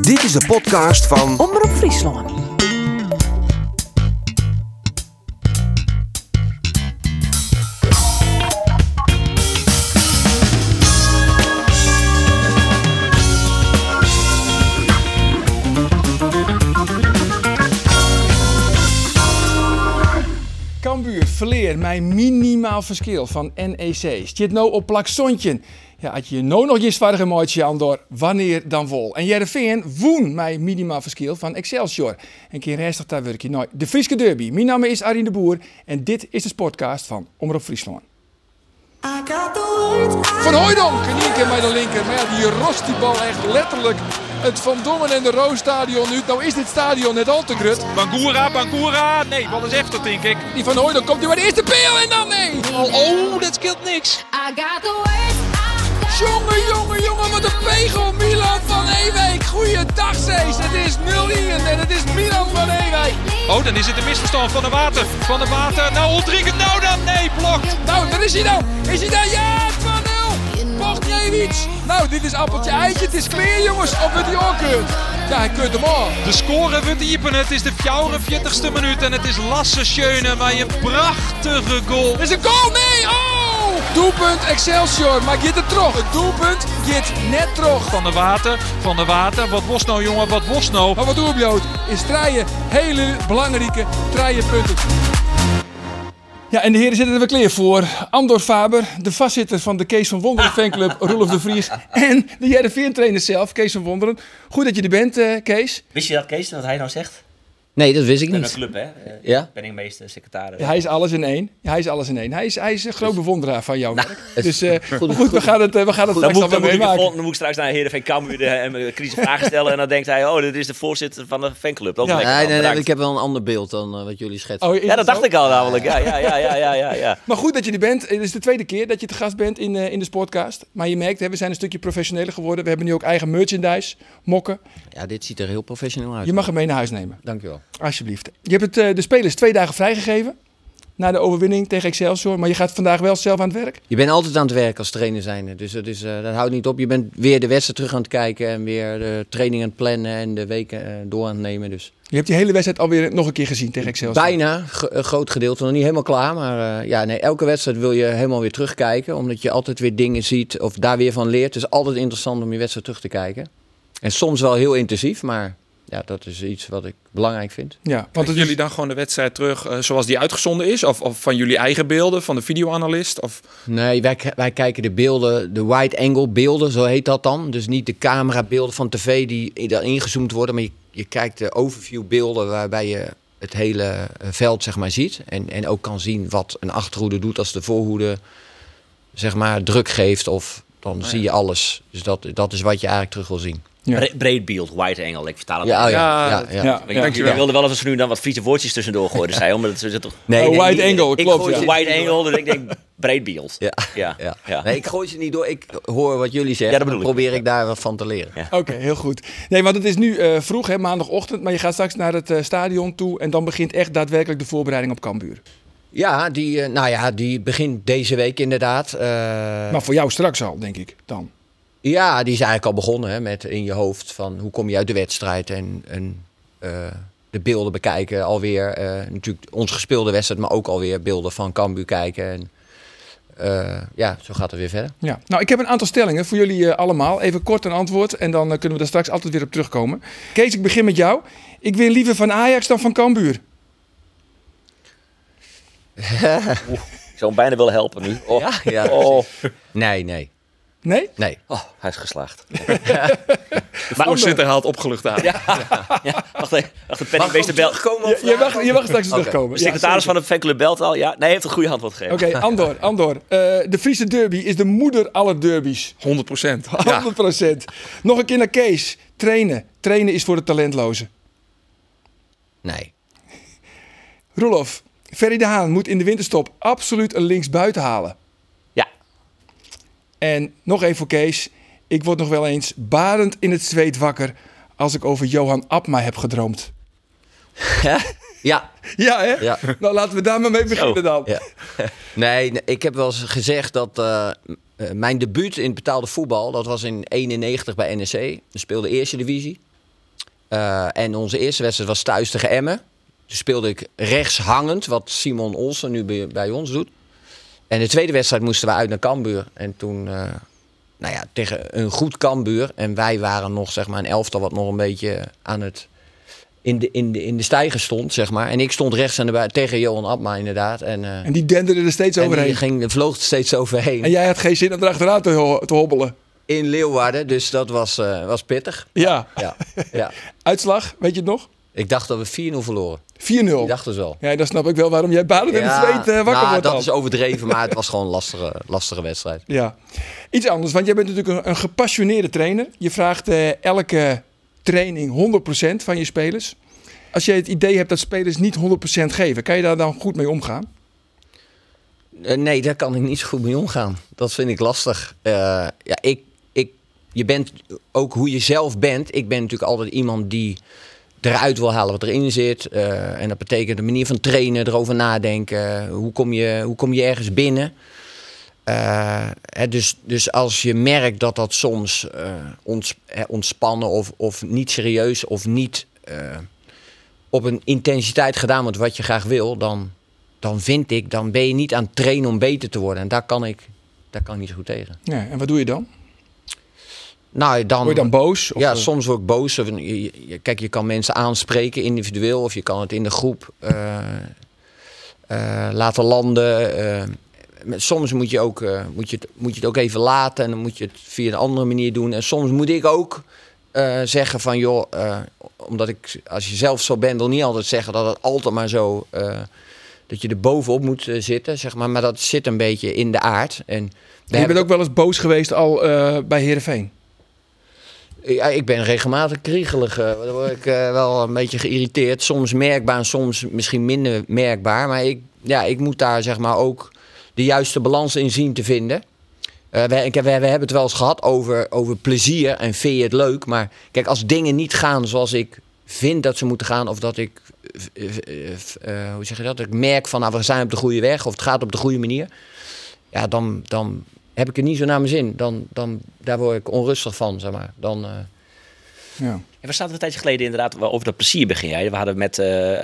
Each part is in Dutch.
Dit is de podcast van Omroep Friesland. Cambuur verleert mij minimaal verschil van NEC. Zit nou op plak Sontje. Ja, had je nou nog eens vaardige mooitje aan door wanneer dan vol. En Heerenveen woen mij minimaal verschil van Excelsior. En keer restig daar werk je nooit. De Frieske Derby. Mijn naam is Arjen de Boer en dit is de sportcast van Omroep Friesland. Van Hooijdonk, en één keer bij de linker. Maar ja, die rost die bal echt letterlijk het Van Dongen en de Roosstadion nu. Nou is dit stadion net al te grut. Bangura. Nee, bal is efter, denk ik. Die Van Hooijdonk komt nu bij de eerste peel en dan nee. Oh, dat scheelt niks. Jongen, wat een pegel. Milan van Ewijk. Goeiedag, Cees. Het is 0-1 en het is Milan van Ewijk. Oh, dan is het een misverstand van de Water. Nou, Ulrike, nou dan. Nee, blokt. Nou, daar is hij dan. Is hij daar? Ja, 2-0. Bogdanovic. Nou, dit is appeltje eitje. Het is clear, jongens. Of het die ook kunt. Ja, hij kunt hem al. De score wordt diepen. Het is de 44ste minuut en het is Lasse Schöne met een prachtige goal. Er is een goal. Nee, oh! Doelpunt Excelsior, maar gaat het terug. Het doelpunt gaat net terug. Van de Water. Wat was nou, jongen, wat was nou? Maar wat doe je is draaien hele belangrijke punten. Ja, en de heren zitten er weer klaar voor. Andor Faber, de vastzitter van de Kees van Wonderen fanclub, Roelof de Vries. En de Heerenveen-trainer zelf, Kees van Wonderen. Goed dat je er bent, Kees. Wist je dat, Kees, wat hij nou zegt? Nee, dat wist ik Een niet. club, hè? Ja? Penningmeester, secretaris. Ja, hij is alles in één. Hij is een groot bewonderaar van jouw werk. Dus goed, goed, we gaan het straks al meemaken. Dan moet ik straks naar Heerenveen Cambuur en kritische vragen stellen. En dan denkt hij, oh, dit is de voorzitter van de fanclub. Dat is lekker, Nee, bedankt. ik heb wel een ander beeld dan wat jullie schetsen. Oh, Ja, dat dacht ik al namelijk. Ja. Maar goed dat je er bent. Het is de tweede keer dat je te gast bent in de Sportcast. Maar je merkt, we zijn een stukje professioneler geworden. We hebben nu ook eigen merchandise, mokken. Ja, dit ziet er heel professioneel uit. Je mag hem mee naar huis nemen, Dankjewel. alsjeblieft. Je hebt de spelers 2 dagen vrijgegeven na de overwinning tegen Excelsior. Maar je gaat vandaag wel zelf aan het werk. Je bent altijd aan het werk als trainer zijnde. Dus dat houdt niet op. Je bent weer de wedstrijd terug aan het kijken. En weer de training aan het plannen. En de weken door aan het nemen. Dus. Je hebt die hele wedstrijd alweer nog een keer gezien tegen Excelsior. Bijna. Een groot gedeelte. Nog niet helemaal klaar. Maar elke wedstrijd wil je helemaal weer terugkijken. Omdat je altijd weer dingen ziet. Of daar weer van leert. Het is altijd interessant om je wedstrijd terug te kijken. En soms wel heel intensief. Maar ja, dat is iets wat ik belangrijk vind. Ja, want Jullie dan gewoon de wedstrijd terug zoals die uitgezonden is? Of van jullie eigen beelden, van de videoanalist? Of... Nee, wij kijken de beelden, de wide angle beelden, zo heet dat dan. Dus niet de camerabeelden van tv die dan ingezoomd worden. Maar je kijkt de overview beelden waarbij je het hele veld zeg maar ziet. En ook kan zien wat een achterhoede doet als de voorhoede zeg maar druk geeft. Of dan zie je alles. Dus dat is wat je eigenlijk terug wil zien. Ja. Breed beeld, wide angle. Ik vertaal het. Ja. Ik wilde wel even zo nu dan wat Friese woordjes tussendoor gooien. Zei, omdat ze toch. Wide angle, klopt. Ik gooi wide angle, dus ik denk breed beeld. Ja. Nee, ik gooi ze niet door. Ik hoor wat jullie zeggen. Ja, dat bedoel dan ik. probeer ik daar wat van te leren. Ja. Oké, heel goed. Nee, want het is nu vroeg, hè, maandagochtend. Maar je gaat straks naar het stadion toe. En dan begint echt daadwerkelijk de voorbereiding op Cambuur. Ja, die begint deze week inderdaad. Maar voor jou straks al, denk ik, dan. Ja, die is eigenlijk al begonnen hè, met in je hoofd van hoe kom je uit de wedstrijd en de beelden bekijken alweer. Natuurlijk onze gespeelde wedstrijd, maar ook alweer beelden van Cambuur kijken. En zo gaat het weer verder. Ja. Nou, ik heb een aantal stellingen voor jullie allemaal. Even kort een antwoord en dan kunnen we daar straks altijd weer op terugkomen. Kees, ik begin met jou. Ik win liever van Ajax dan van Cambuur. Ik zou hem bijna willen helpen nu. Oh. Ja. Oh. Nee. Nee? Nee. Oh, hij is geslaagd. De voorzitter haalt opgelucht aan. Ja. Wacht even. De penningmeester belt. Je mag straks terugkomen. De secretaris van de fanclub belt al. Ja, nee, hij heeft een goede antwoord gegeven. Oké, Andor. De Friese derby is de moeder aller derbies. 100%. 100%. Nog een keer naar Kees. Trainen is voor de talentlozen. Nee. Roelof, Ferry de Haan moet in de winterstop absoluut een linksbuiten halen. Ja. En nog één voor Kees. Ik word nog wel eens barend in het zweet wakker als ik over Johan Abma heb gedroomd. Ja. Ja, hè? Ja. Nou, laten we daar maar mee beginnen dan. Ja. Nee, ik heb wel eens gezegd dat mijn debuut in het betaalde voetbal, dat was in 91 bij NEC. We speelden eerste divisie. En onze eerste wedstrijd was thuis tegen Emmen. Toen speelde ik rechtshangend, wat Simon Olsen nu bij ons doet. En de tweede wedstrijd moesten we uit naar Cambuur. En toen, tegen een goed Cambuur. En wij waren nog, zeg maar, een elftal wat nog een beetje aan het... In de stijger stond, zeg maar. En ik stond rechts tegen Johan Abma, inderdaad. En die denderde er steeds overheen. Die vloog er steeds overheen. En jij had geen zin om erachteraan te hobbelen. In Leeuwarden, dus dat was pittig. Ja. Ja. Uitslag, weet je het nog? Ik dacht dat we 4-0 verloren. 4-0? Ik dacht dus wel. Ja, dan snap ik wel waarom jij baden in het zweet wakker wordt. Dat is overdreven, maar het was gewoon een lastige wedstrijd. Ja. Iets anders, want jij bent natuurlijk een gepassioneerde trainer. Je vraagt elke training 100% van je spelers. Als jij het idee hebt dat spelers niet 100% geven, kan je daar dan goed mee omgaan? Nee, daar kan ik niet zo goed mee omgaan. Dat vind ik lastig. Je bent ook hoe je zelf bent. Ik ben natuurlijk altijd iemand die eruit wil halen wat erin zit. En dat betekent de manier van trainen, erover nadenken. Hoe kom je ergens binnen? Dus als je merkt dat soms ontspannen of niet serieus of niet op een intensiteit gedaan wordt wat je graag wil, dan vind ik, dan ben je niet aan het trainen om beter te worden. En daar kan ik niet zo goed tegen. Ja, en wat doe je dan? Nou, word je dan boos? Ja, soms word ik boos. Kijk, je kan mensen aanspreken individueel of je kan het in de groep laten landen. Soms moet je het ook even laten en dan moet je het via een andere manier doen. En soms moet ik ook zeggen van joh, omdat ik, als je zelf zo bent, wil niet altijd zeggen dat het altijd maar zo, dat je er bovenop moet zitten, zeg maar. Maar dat zit een beetje in de aard. En je bent ook wel eens boos geweest al bij Heerenveen? Ja, ik ben regelmatig kriegelig. Dan word ik wel een beetje geïrriteerd. Soms merkbaar, soms misschien minder merkbaar. Maar ik moet daar, zeg maar, ook de juiste balans in zien te vinden. We hebben het wel eens gehad over plezier en vind je het leuk. Maar kijk, als dingen niet gaan zoals ik vind dat ze moeten gaan, of dat ik, hoe zeg je dat? Ik merk van, we zijn op de goede weg of het gaat op de goede manier. Ja, dan heb ik het niet zo naar mijn zin. Daar word ik onrustig van, zeg maar. Ja. En we zaten een tijdje geleden inderdaad over dat plezier begin jij. We hadden met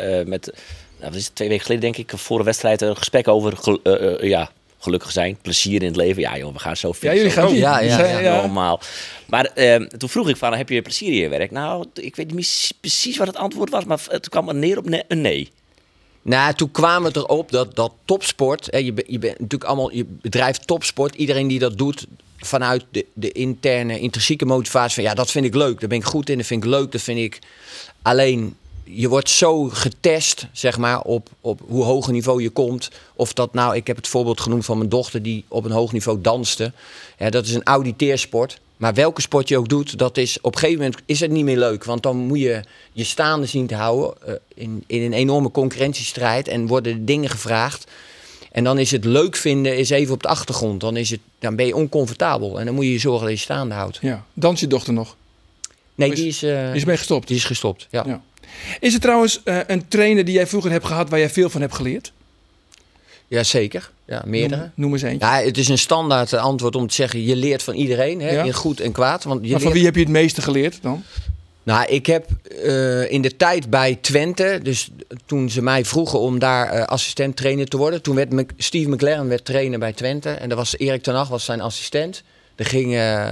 wat is het, 2 weken geleden denk ik, voor de wedstrijd een gesprek over gelukkig zijn, plezier in het leven. Ja joh, we gaan zo veel. Ja, jullie gaan ja, normaal. Maar toen vroeg ik van, heb je plezier in je werk? Nou, ik weet niet precies wat het antwoord was, maar het kwam er neer op een nee. Nou, toen kwamen we erop dat topsport, je bent natuurlijk allemaal, je bedrijft topsport, iedereen die dat doet vanuit de intrinsieke motivatie van ja, dat vind ik leuk, daar ben ik goed in, dat vind ik leuk, dat vind ik alleen. Je wordt zo getest, zeg maar, op hoe hoog niveau je komt. Of dat nou, ik heb het voorbeeld genoemd van mijn dochter die op een hoog niveau danste. Ja, dat is een auditeersport. Maar welke sport je ook doet, dat is op een gegeven moment is het niet meer leuk. Want dan moet je je staande zien te houden in een enorme concurrentiestrijd. En worden dingen gevraagd. En dan is het leuk vinden is even op de achtergrond. Dan ben je oncomfortabel. En dan moet je zorgen dat je staande houdt. Ja. Dans je dochter nog? Nee, die is mee gestopt? Die is gestopt, ja. Is er trouwens een trainer die jij vroeger hebt gehad waar jij veel van hebt geleerd? Ja, zeker. Ja, meerdere. Noem eens eentje. Ja, het is een standaard antwoord om te zeggen, je leert van iedereen, hè, in goed en kwaad. Want maar van wie heb je het meeste geleerd dan? Nou, ik heb in de tijd bij Twente, dus toen ze mij vroegen om daar assistent trainer te worden, toen werd Steve McLaren werd trainer bij Twente en daar was Erik ten Hag was zijn assistent. Er gingen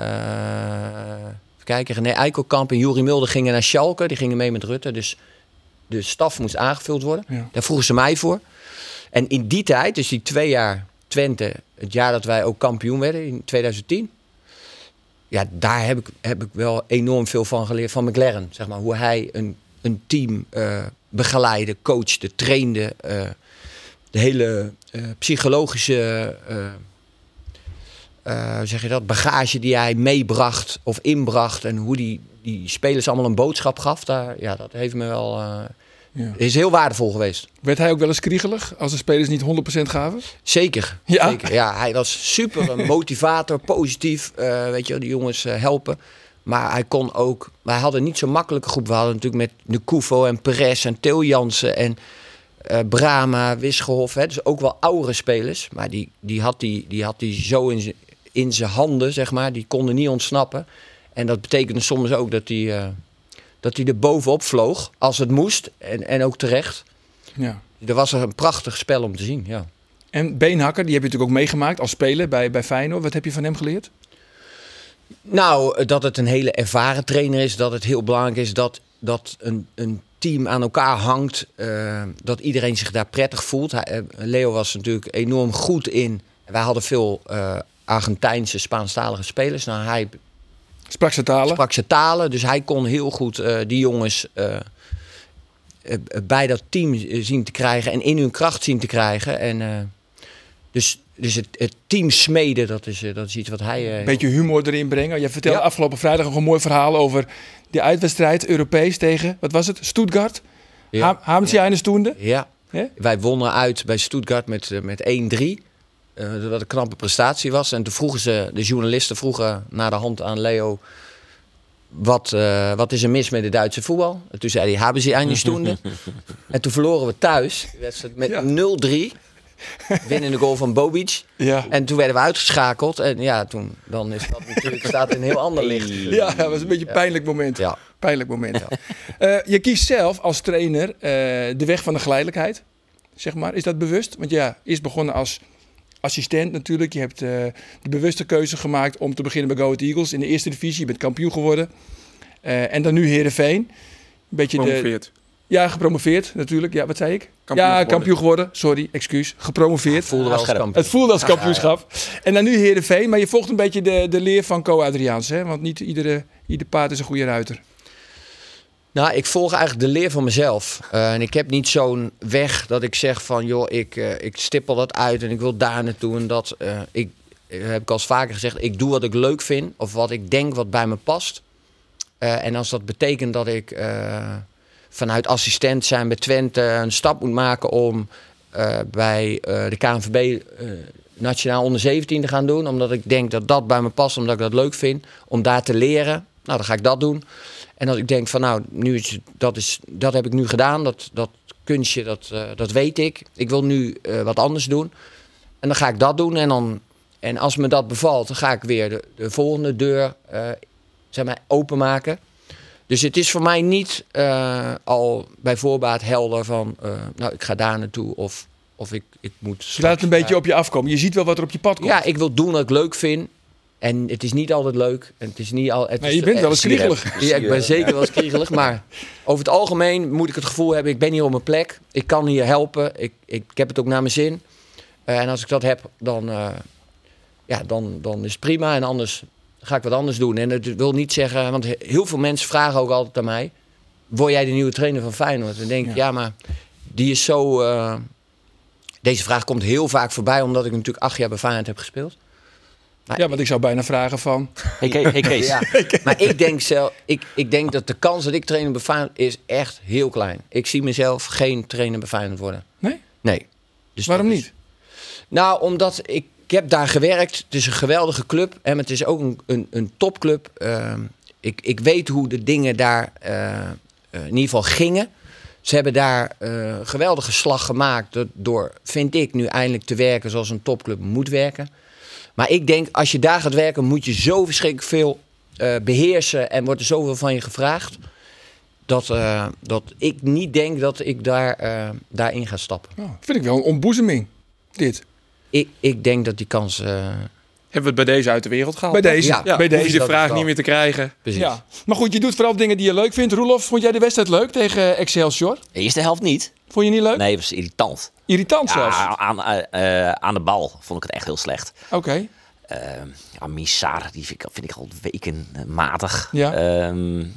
René Eikelkamp en Juri Mulder gingen naar Schalke. Die gingen mee met Rutte. Dus de staf moest aangevuld worden. Ja. Daar vroegen ze mij voor. En in die tijd, dus die 2 jaar Twente, het jaar dat wij ook kampioen werden in 2010. Ja, daar heb ik wel enorm veel van geleerd van McLaren. Zeg maar, hoe hij een team begeleidde, coachte, trainde. De hele psychologische zeg je dat, bagage die hij meebracht of inbracht en hoe die spelers allemaal een boodschap gaf, dat heeft me wel is heel waardevol geweest. Werd hij ook wel eens kriegelig als de spelers niet 100% gaven? Zeker. Ja? Zeker. Ja, hij was super een motivator, positief, weet je, die jongens helpen. Maar hij kon ook, wij hadden niet zo'n makkelijke groep. We hadden natuurlijk met Nukufo en Perez en Theo Jansen en Brama, Wisgerhof, hè, dus ook wel oudere spelers, maar die had die zo in zijn handen, zeg maar, die konden niet ontsnappen. En dat betekende soms ook dat hij dat hij er bovenop vloog als het moest. En ook terecht. Ja. Er was er een prachtig spel om te zien, ja. En Beenhakker, die heb je natuurlijk ook meegemaakt als speler bij Feyenoord. Wat heb je van hem geleerd? Nou, dat het een hele ervaren trainer is. Dat het heel belangrijk is dat een team aan elkaar hangt. Dat iedereen zich daar prettig voelt. Leo was natuurlijk enorm goed in. Wij hadden veel Argentijnse, Spaanstalige spelers. Nou, hij Sprak ze talen. Dus hij kon heel goed die jongens bij dat team zien te krijgen. En in hun kracht zien te krijgen. En dus het team smeden, dat is iets wat hij... Een beetje humor erin brengen. Je vertelde afgelopen vrijdag nog een mooi verhaal over die uitwedstrijd Europees tegen, wat was het? Stuttgart? Ja. Haben Sie eine Stunde? Ja. Ja? Wij wonnen uit bij Stuttgart met 1-3. Wat een knappe prestatie was. En toen de journalisten vroegen naar de hand aan Leo... Wat is er mis met de Duitse voetbal? En toen zei hij, hebben ze eine Stunde? En toen verloren we thuis. Met 0-3. Winnende goal van Bobic. Ja. En toen werden we uitgeschakeld. En ja, dan is dat natuurlijk, staat in een heel ander licht. Ja, dat was een beetje een pijnlijk moment. Ja. Pijnlijk moment. Ja. Je kiest zelf als trainer de weg van de geleidelijkheid. Zeg maar. Is dat bewust? Want ja, eerst begonnen als assistent natuurlijk. Je hebt de bewuste keuze gemaakt om te beginnen bij Go Ahead Eagles in de eerste divisie. Je bent kampioen geworden. En dan nu Heerenveen. Een beetje Gepromoveerd. Ja, gepromoveerd natuurlijk. Ja, wat zei ik? Kampioen kampioen geworden. Sorry, excuus. Gepromoveerd. Het voelde wel als kampioen. Het voelde als kampioenschap. En dan nu Heerenveen. Maar je volgt een beetje de leer van Co Adriaans. Hè? Want niet ieder paard is een goede ruiter. Nou, ik volg eigenlijk de leer van mezelf. En ik heb niet zo'n weg dat ik zeg van... joh, ik stippel dat uit en ik wil daar naartoe en dat. Heb ik al eens vaker gezegd, ik doe wat ik leuk vind... of wat ik denk wat bij me past. En als dat betekent dat ik vanuit assistent zijn bij Twente... een stap moet maken om bij de KNVB nationaal onder 17 te gaan doen... omdat ik denk dat dat bij me past, omdat ik dat leuk vind... om daar te leren, nou, dan ga ik dat doen... En als ik denk van nou, dat heb ik nu gedaan, dat kunstje, dat weet ik. Ik wil nu wat anders doen. En dan ga ik dat doen. En als me dat bevalt, dan ga ik weer de volgende deur openmaken. Dus het is voor mij niet al bij voorbaat helder van... nou, ik ga daar naartoe of ik moet... Je laat het een beetje op je afkomen. Je ziet wel wat er op je pad komt. Ja, ik wil doen wat ik leuk vind. En het is niet altijd leuk. En het is niet al. Nee, je bent wel eens kriegelig. Ja, ik ben zeker wel eens kriegelig. Maar over het algemeen moet ik het gevoel hebben... ik ben hier op mijn plek. Ik kan hier helpen. Ik heb het ook naar mijn zin. En als ik dat heb, dan is het prima. En anders ga ik wat anders doen. En dat wil niet zeggen... want heel veel mensen vragen ook altijd aan mij... word jij de nieuwe trainer van Feyenoord? En dan denk ik, ja, maar die is zo... Deze vraag komt heel vaak voorbij... omdat ik natuurlijk 8 jaar bij Feyenoord heb gespeeld. Maar ja, want ik zou bijna vragen van... Hey Kees. Ja, maar ik denk dat de kans dat ik trainer bij Feyenoord is echt heel klein. Ik zie mezelf geen trainer bij Feyenoord worden. Nee? Nee. Dus waarom niet? Nou, omdat ik heb daar gewerkt. Het is een geweldige club. En het is ook een topclub. Ik weet hoe de dingen daar in ieder geval gingen. Ze hebben daar een geweldige slag gemaakt. Door, vind ik, nu eindelijk te werken zoals een topclub moet werken. Maar ik denk, als je daar gaat werken, moet je zo verschrikkelijk veel beheersen en wordt er zoveel van je gevraagd, dat ik niet denk dat ik daarin ga stappen. Oh, vind ik wel een ontboezeming, dit. Ik denk dat die kans... Hebben we het bij deze uit de wereld gehaald? Bij deze. Ja, bij Hoef deze. je de vraag niet meer te krijgen. Precies. Ja. Maar goed, je doet vooral dingen die je leuk vindt. Roelof, vond jij de wedstrijd leuk tegen Excelsior? De eerste helft niet. Vond je niet leuk? Nee, het was irritant. Irritant zelfs? Ja, aan de bal vond ik het echt heel slecht. Oké. Misar, die vind ik al weken matig. Ja.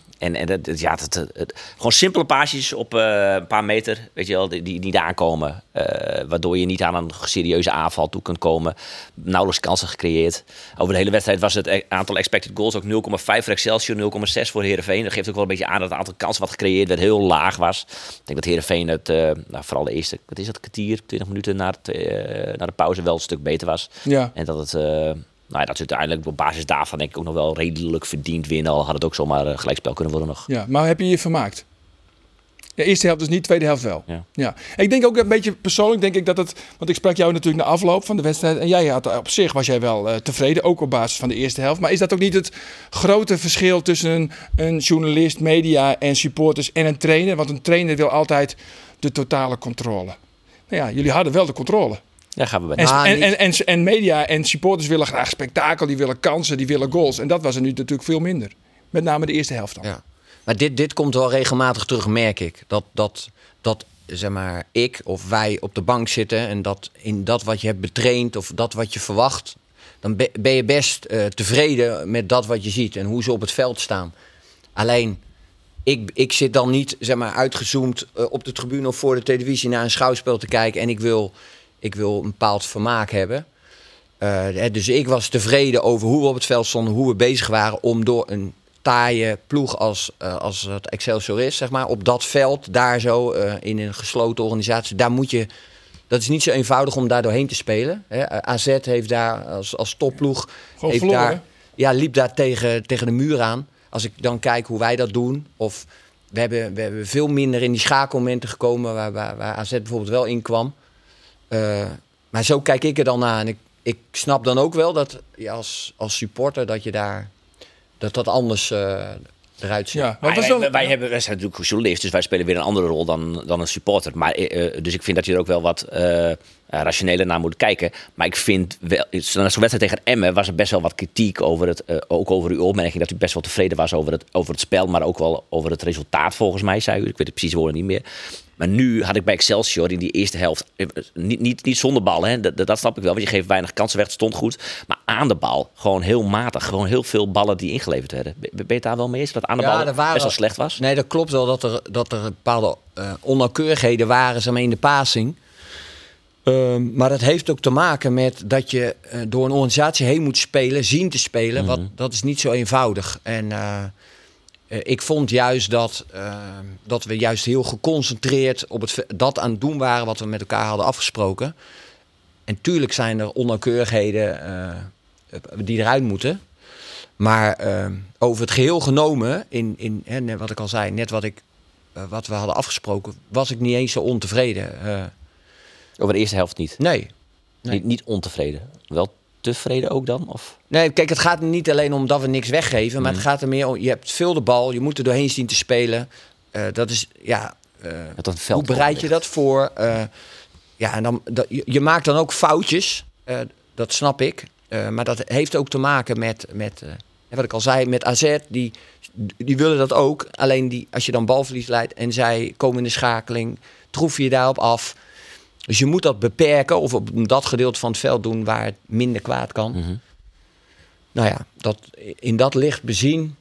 Gewoon simpele paasjes op een paar meter, weet je wel, die niet aankomen. Waardoor je niet aan een serieuze aanval toe kunt komen. Nauwelijks kansen gecreëerd. Over de hele wedstrijd was het aantal expected goals ook 0,5 voor Excelsior, 0,6 voor Heerenveen. Dat geeft ook wel een beetje aan dat het aantal kansen wat gecreëerd werd heel laag was. Ik denk dat Heerenveen het, vooral de eerste, wat is dat, kwartier, 20 minuten na de pauze wel een stuk beter was. Ja. En dat het... dat ze uiteindelijk op basis daarvan denk ik ook nog wel redelijk verdiend winnen. Al had het ook zomaar gelijkspel kunnen worden nog. Ja, maar heb je je vermaakt? Ja, eerste helft dus niet, tweede helft wel. Ja. Ik denk ook een beetje persoonlijk, denk ik dat het... Want ik sprak jou natuurlijk na afloop van de wedstrijd. En jij had op zich, was jij wel tevreden, ook op basis van de eerste helft. Maar is dat ook niet het grote verschil tussen een journalist, media en supporters en een trainer? Want een trainer wil altijd de totale controle. Nou ja, jullie hadden wel de controle. Ja, gaan we bij. En media en supporters willen graag spektakel, die willen kansen, die willen goals. En dat was er nu natuurlijk veel minder. Met name de eerste helft dan. Ja. Maar dit komt wel regelmatig terug, merk ik. Dat zeg maar, ik of wij op de bank zitten en dat in dat wat je hebt betraind of dat wat je verwacht, dan ben je best tevreden met dat wat je ziet en hoe ze op het veld staan. Alleen, ik zit dan niet zeg maar, uitgezoomd op de tribune of voor de televisie naar een schouwspel te kijken en ik wil een bepaald vermaak hebben. Dus ik was tevreden over hoe we op het veld stonden, hoe we bezig waren om door een taaie ploeg als het Excelsior is, zeg maar, op dat veld, daar zo in een gesloten organisatie, daar moet je. Dat is niet zo eenvoudig om daar doorheen te spelen. AZ heeft daar als topploeg liep daar tegen de muur aan. Als ik dan kijk hoe wij dat doen, of we hebben veel minder in die schakelmomenten gekomen waar AZ bijvoorbeeld wel in kwam. Maar zo kijk ik er dan naar en ik snap dan ook wel dat je als supporter dat je daar dat anders eruit ziet. Ja, wij zijn natuurlijk journalist, dus wij spelen weer een andere rol dan een supporter. Maar, dus ik vind dat je er ook wel wat rationeler naar moet kijken. Maar ik vind wel, zo'n wedstrijd tegen Emmen was er best wel wat kritiek over ook over uw opmerking dat u best wel tevreden was over het spel, maar ook wel over het resultaat volgens mij, zei u. Ik weet het precies woorden niet meer. Maar nu had ik bij Excelsior in die eerste helft, niet zonder bal, hè, dat snap ik wel, want je geeft weinig kansen weg, het stond goed. Maar aan de bal, gewoon heel matig, gewoon heel veel ballen die ingeleverd werden. Ben je het daar wel mee eens, dat aan de bal best wel slecht was? Nee, dat klopt wel, dat er bepaalde onnauwkeurigheden waren, zeg maar, in de passing. Maar dat heeft ook te maken met dat je door een organisatie heen moet spelen, zien te spelen. Dat is niet zo eenvoudig. En ik vond juist dat we juist heel geconcentreerd op dat aan het doen waren wat we met elkaar hadden afgesproken. En tuurlijk zijn er onnauwkeurigheden die eruit moeten. Maar over het geheel genomen, net wat ik al zei, net wat we hadden afgesproken, was ik niet eens zo ontevreden. Over de eerste helft niet? Nee. Niet ontevreden? Wel tevreden ook dan? Of? Nee, kijk, het gaat niet alleen om dat we niks weggeven, maar het gaat er meer om, je hebt veel de bal, je moet er doorheen zien te spelen. Dat is, hoe bereid je dat voor? En dan, je maakt dan ook foutjes, dat snap ik. Maar dat heeft ook te maken met wat ik al zei, met AZ, die willen dat ook. Alleen als je dan balverlies leidt en zij komen in de schakeling, troef je daarop af. Dus je moet dat beperken of op dat gedeelte van het veld doen waar het minder kwaad kan. Mm-hmm. Nou ja, in dat licht bezien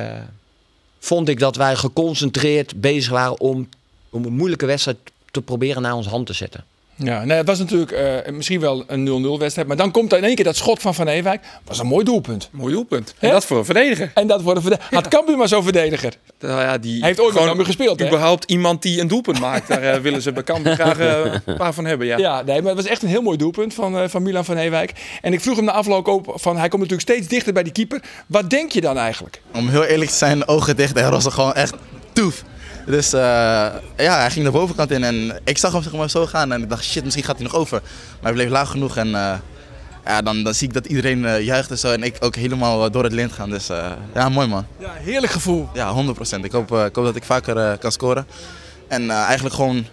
vond ik dat wij geconcentreerd bezig waren om een moeilijke wedstrijd te proberen naar onze hand te zetten. Ja, het was natuurlijk misschien wel een 0-0 wedstrijd. Maar dan komt er in één keer dat schot van Ewijk. Dat was een mooi doelpunt. Mooi doelpunt. En dat voor een verdediger. Had Cambuur maar zo'n verdediger. Die heeft ooit met Cambuur gespeeld. Überhaupt iemand die een doelpunt maakt. Daar willen ze bij Cambuur graag een paar van hebben. Ja, maar het was echt een heel mooi doelpunt van Milan van Ewijk. En ik vroeg hem na afloop ook van, hij komt natuurlijk steeds dichter bij die keeper. Wat denk je dan eigenlijk? Om heel eerlijk te zijn, ogen dicht en was er gewoon echt toef. Dus hij ging de bovenkant in en ik zag hem zeg maar zo gaan en ik dacht shit, misschien gaat hij nog over. Maar hij bleef laag genoeg en dan zie ik dat iedereen juicht en zo en ik ook helemaal door het lint gaan. Dus mooi man. Ja, heerlijk gevoel. Ja, 100%. Ik hoop dat ik vaker kan scoren. En eigenlijk gewoon,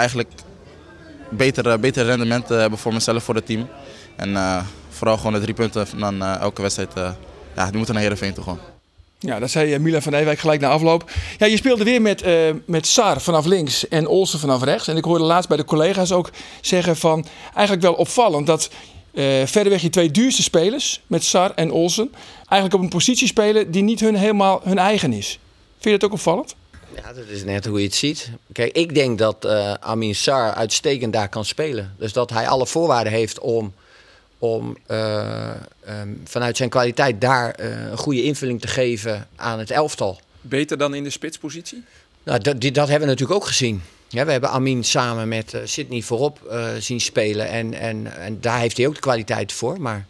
beter rendement hebben voor mezelf, voor het team. En vooral gewoon de 3 punten dan elke wedstrijd, die moeten naar Heerenveen toe gewoon. Ja, dat zei Milan van Ewijk gelijk na afloop. Ja, je speelde weer met Sar vanaf links en Olsen vanaf rechts. En ik hoorde laatst bij de collega's ook zeggen van, eigenlijk wel opvallend dat verreweg je 2 duurste spelers met Sar en Olsen eigenlijk op een positie spelen die niet helemaal hun eigen is. Vind je dat ook opvallend? Ja, dat is net hoe je het ziet. Kijk, ik denk dat Amin Sar uitstekend daar kan spelen. Dus dat hij alle voorwaarden heeft om vanuit zijn kwaliteit daar een goede invulling te geven aan het elftal. Beter dan in de spitspositie? Nou, dat hebben we natuurlijk ook gezien. Ja, we hebben Amin samen met Sidney voorop zien spelen. En daar heeft hij ook de kwaliteit voor. Maar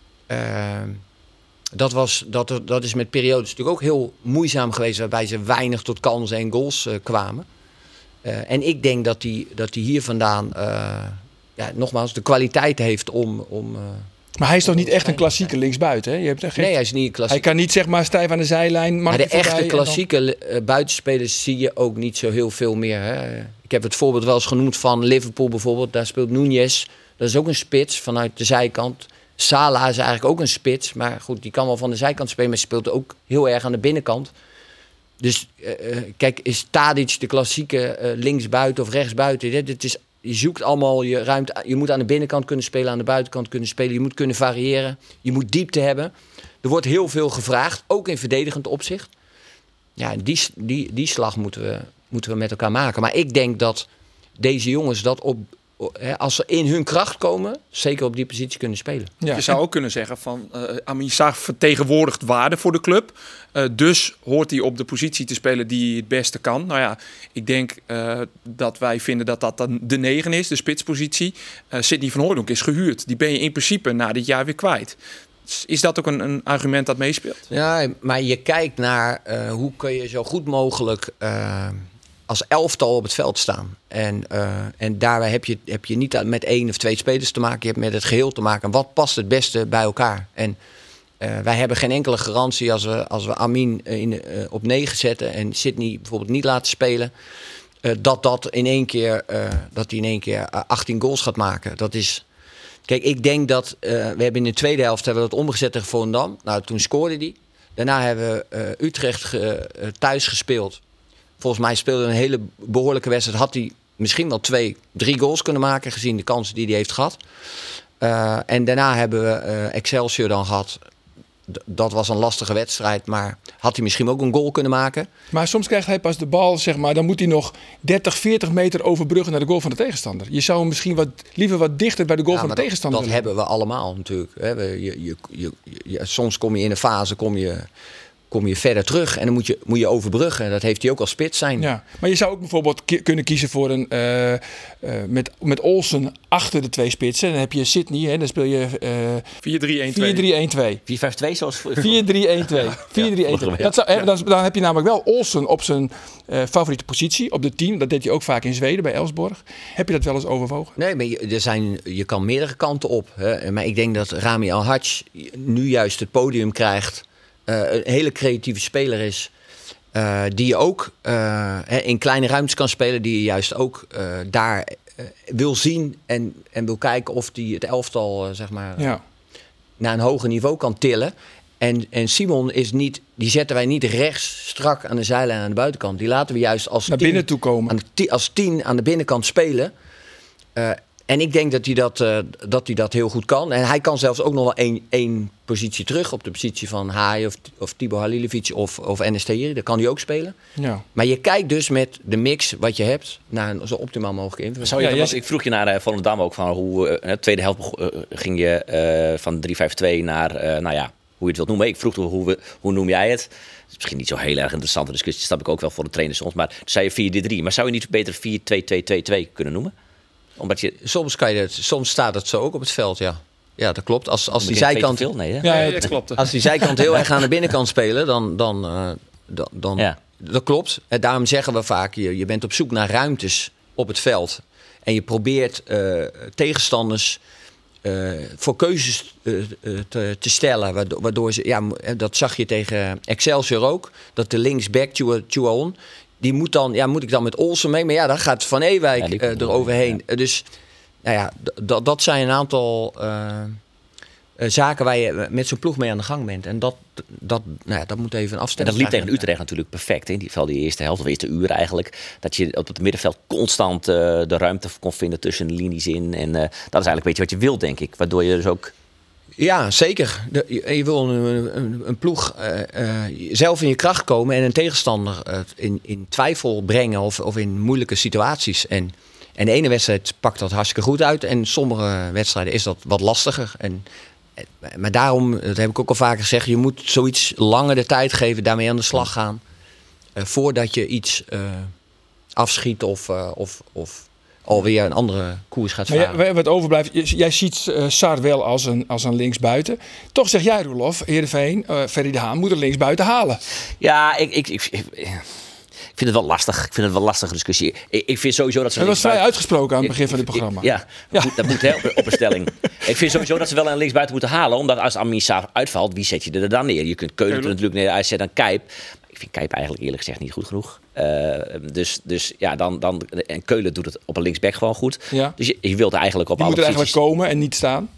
dat is met periodes natuurlijk ook heel moeizaam geweest, waarbij ze weinig tot kansen en goals kwamen. En ik denk dat hij hier vandaan nogmaals de kwaliteit heeft om Maar hij is toch niet echt een klassieke linksbuiten? Hè? Je hebt echt nee, hij is niet een klassieke. Hij kan niet zeg maar stijf aan de zijlijn. Maar de echte klassieke buitenspelers zie je ook niet zo heel veel meer. Hè? Ik heb het voorbeeld wel eens genoemd van Liverpool bijvoorbeeld. Daar speelt Núñez. Dat is ook een spits vanuit de zijkant. Salah is eigenlijk ook een spits. Maar goed, die kan wel van de zijkant spelen. Maar speelt ook heel erg aan de binnenkant. Dus kijk, is Tadic de klassieke linksbuiten of rechtsbuiten? Dit is, je zoekt allemaal je ruimte. Je moet aan de binnenkant kunnen spelen, aan de buitenkant kunnen spelen. Je moet kunnen variëren. Je moet diepte hebben. Er wordt heel veel gevraagd, ook in verdedigend opzicht. Ja, die slag moeten we met elkaar maken. Maar ik denk dat deze jongens dat als ze in hun kracht komen, zeker op die positie kunnen spelen. Ja. Je zou ook kunnen zeggen van Amin Sarr vertegenwoordigt waarde voor de club. Dus hoort hij op de positie te spelen die hij het beste kan. Nou ja, ik denk dat wij vinden dat dat dan de 9 is, de spitspositie. Sidney van Hooijdonk is gehuurd. Die ben je in principe na dit jaar weer kwijt. Is dat ook een argument dat meespeelt? Ja, maar je kijkt naar hoe kun je zo goed mogelijk als elftal op het veld staan. En daarbij heb je niet met 1 of 2 spelers te maken. Je hebt met het geheel te maken. Wat past het beste bij elkaar? En wij hebben geen enkele garantie als we Amin op 9 zetten en Sidney bijvoorbeeld niet laten spelen, dat in één keer 18 goals gaat maken. Dat is. Kijk, ik denk dat we hebben in de tweede helft hebben we dat omgezet tegen Volendam. Nou, toen scoorde hij. Daarna hebben we Utrecht thuis gespeeld. Volgens mij speelde een hele behoorlijke wedstrijd. Had hij misschien wel 2-3 goals kunnen maken, gezien de kansen die hij heeft gehad. En daarna hebben we Excelsior dan gehad. Dat was een lastige wedstrijd, maar had hij misschien ook een goal kunnen maken. Maar soms krijgt hij pas de bal, zeg maar, dan moet hij nog 30, 40 meter overbruggen naar de goal van de tegenstander. Je zou hem misschien liever wat dichter bij de goal van de tegenstander dat hebben we allemaal natuurlijk. Soms kom je in een fase, kom je verder terug en dan moet je overbruggen. Dat heeft hij ook als spits zijn. Ja, maar je zou ook bijvoorbeeld kunnen kiezen voor een met Olsen achter de 2 spitsen. Dan heb je Sidney, hè, dan speel je 4-3-1-2. 4-5-2 zoals 4-3-1-2. 4-3-1-2. Dan heb je namelijk wel Olsen op zijn favoriete positie, op de 10. Dat deed hij ook vaak in Zweden bij Elfsborg. Heb je dat wel eens overwogen? Nee, maar je kan meerdere kanten op. Hè. Maar ik denk dat Rami Al-Hadj nu juist het podium krijgt. Een hele creatieve speler is. Die je ook in kleine ruimtes kan spelen. Die je juist ook daar wil zien. En wil kijken of die het elftal naar een hoger niveau kan tillen. En Simon is niet. Die zetten wij niet rechts strak aan de zijlijn aan de buitenkant. Die laten we juist als naar binnen toe komen. Als 10 aan de binnenkant spelen. En ik denk dat hij dat heel goed kan. En hij kan zelfs ook nog wel één positie terug. Op de positie van Haai of Thibaut Halilovic of Enes Tahiri. Dat kan hij ook spelen. Ja. Maar je kijkt dus met de mix wat je hebt naar een zo optimaal mogelijke invulling. Ik vroeg je naar Volendam ook van hoe de tweede helft ging je van 3-5-2 naar hoe je het wilt noemen. Ik vroeg hoe noem jij het? Dat is misschien niet zo heel erg interessante discussie. Dat snap ik ook wel voor de trainer soms. Maar toen zei je 4-3. Maar zou je niet beter 4-2-2-2-2 kunnen noemen? Omdat je... Soms staat het zo ook op het veld, ja. Ja, dat klopt. Als die zijkant... dat klopt. Als die zijkant heel erg aan de binnenkant spelen, dan dat klopt. En daarom zeggen we vaak, je bent op zoek naar ruimtes op het veld. En je probeert tegenstanders voor keuzes te stellen. Waardoor ze... Ja, dat zag je tegen Excelsior ook. Dat de linksback, Chuaon... Die moet dan, moet ik dan met Olsen mee? Maar ja, dan gaat Van Ewijk eroverheen. Ja. Dus dat zijn een aantal zaken waar je met zo'n ploeg mee aan de gang bent. En dat moet even een afstemming. En dat liep tegen Utrecht natuurlijk perfect. In die eerste helft, of eerste uur eigenlijk. Dat je op het middenveld constant de ruimte kon vinden tussen de linies in. En dat is eigenlijk een beetje wat je wilt, denk ik. Waardoor je dus ook... Ja, zeker. Je wil een ploeg zelf in je kracht komen en een tegenstander in twijfel brengen of in moeilijke situaties. En de ene wedstrijd pakt dat hartstikke goed uit en sommige wedstrijden is dat wat lastiger. Maar daarom, dat heb ik ook al vaker gezegd, je moet zoiets langer de tijd geven, daarmee aan de slag gaan. Voordat je iets afschiet of alweer een andere koers gaat varen. Maar wat overblijft, jij ziet Sarr wel als een linksbuiten. Toch zeg jij, Roelof, Heerenveen, Ferry de Haan moet er linksbuiten halen. Ja, ik vind het wel lastig. Ik vind het wel lastige discussie. Ik vind sowieso dat ze... Dat was vrij uitgesproken aan het begin van dit programma. Dat moet hè, op een stelling. Ik vind sowieso dat ze wel een linksbuiten moeten halen. Omdat als Amin Sarr uitvalt, wie zet je er dan neer? Je kunt Keulen natuurlijk neer uitzetten dan Kijp. Ik vind Kijp eigenlijk eerlijk gezegd niet goed genoeg. Dus ja, dan en Keulen doet het op een linksback gewoon goed. Ja. Dus je wilt eigenlijk op die alle moet er posities... eigenlijk komen en niet staan?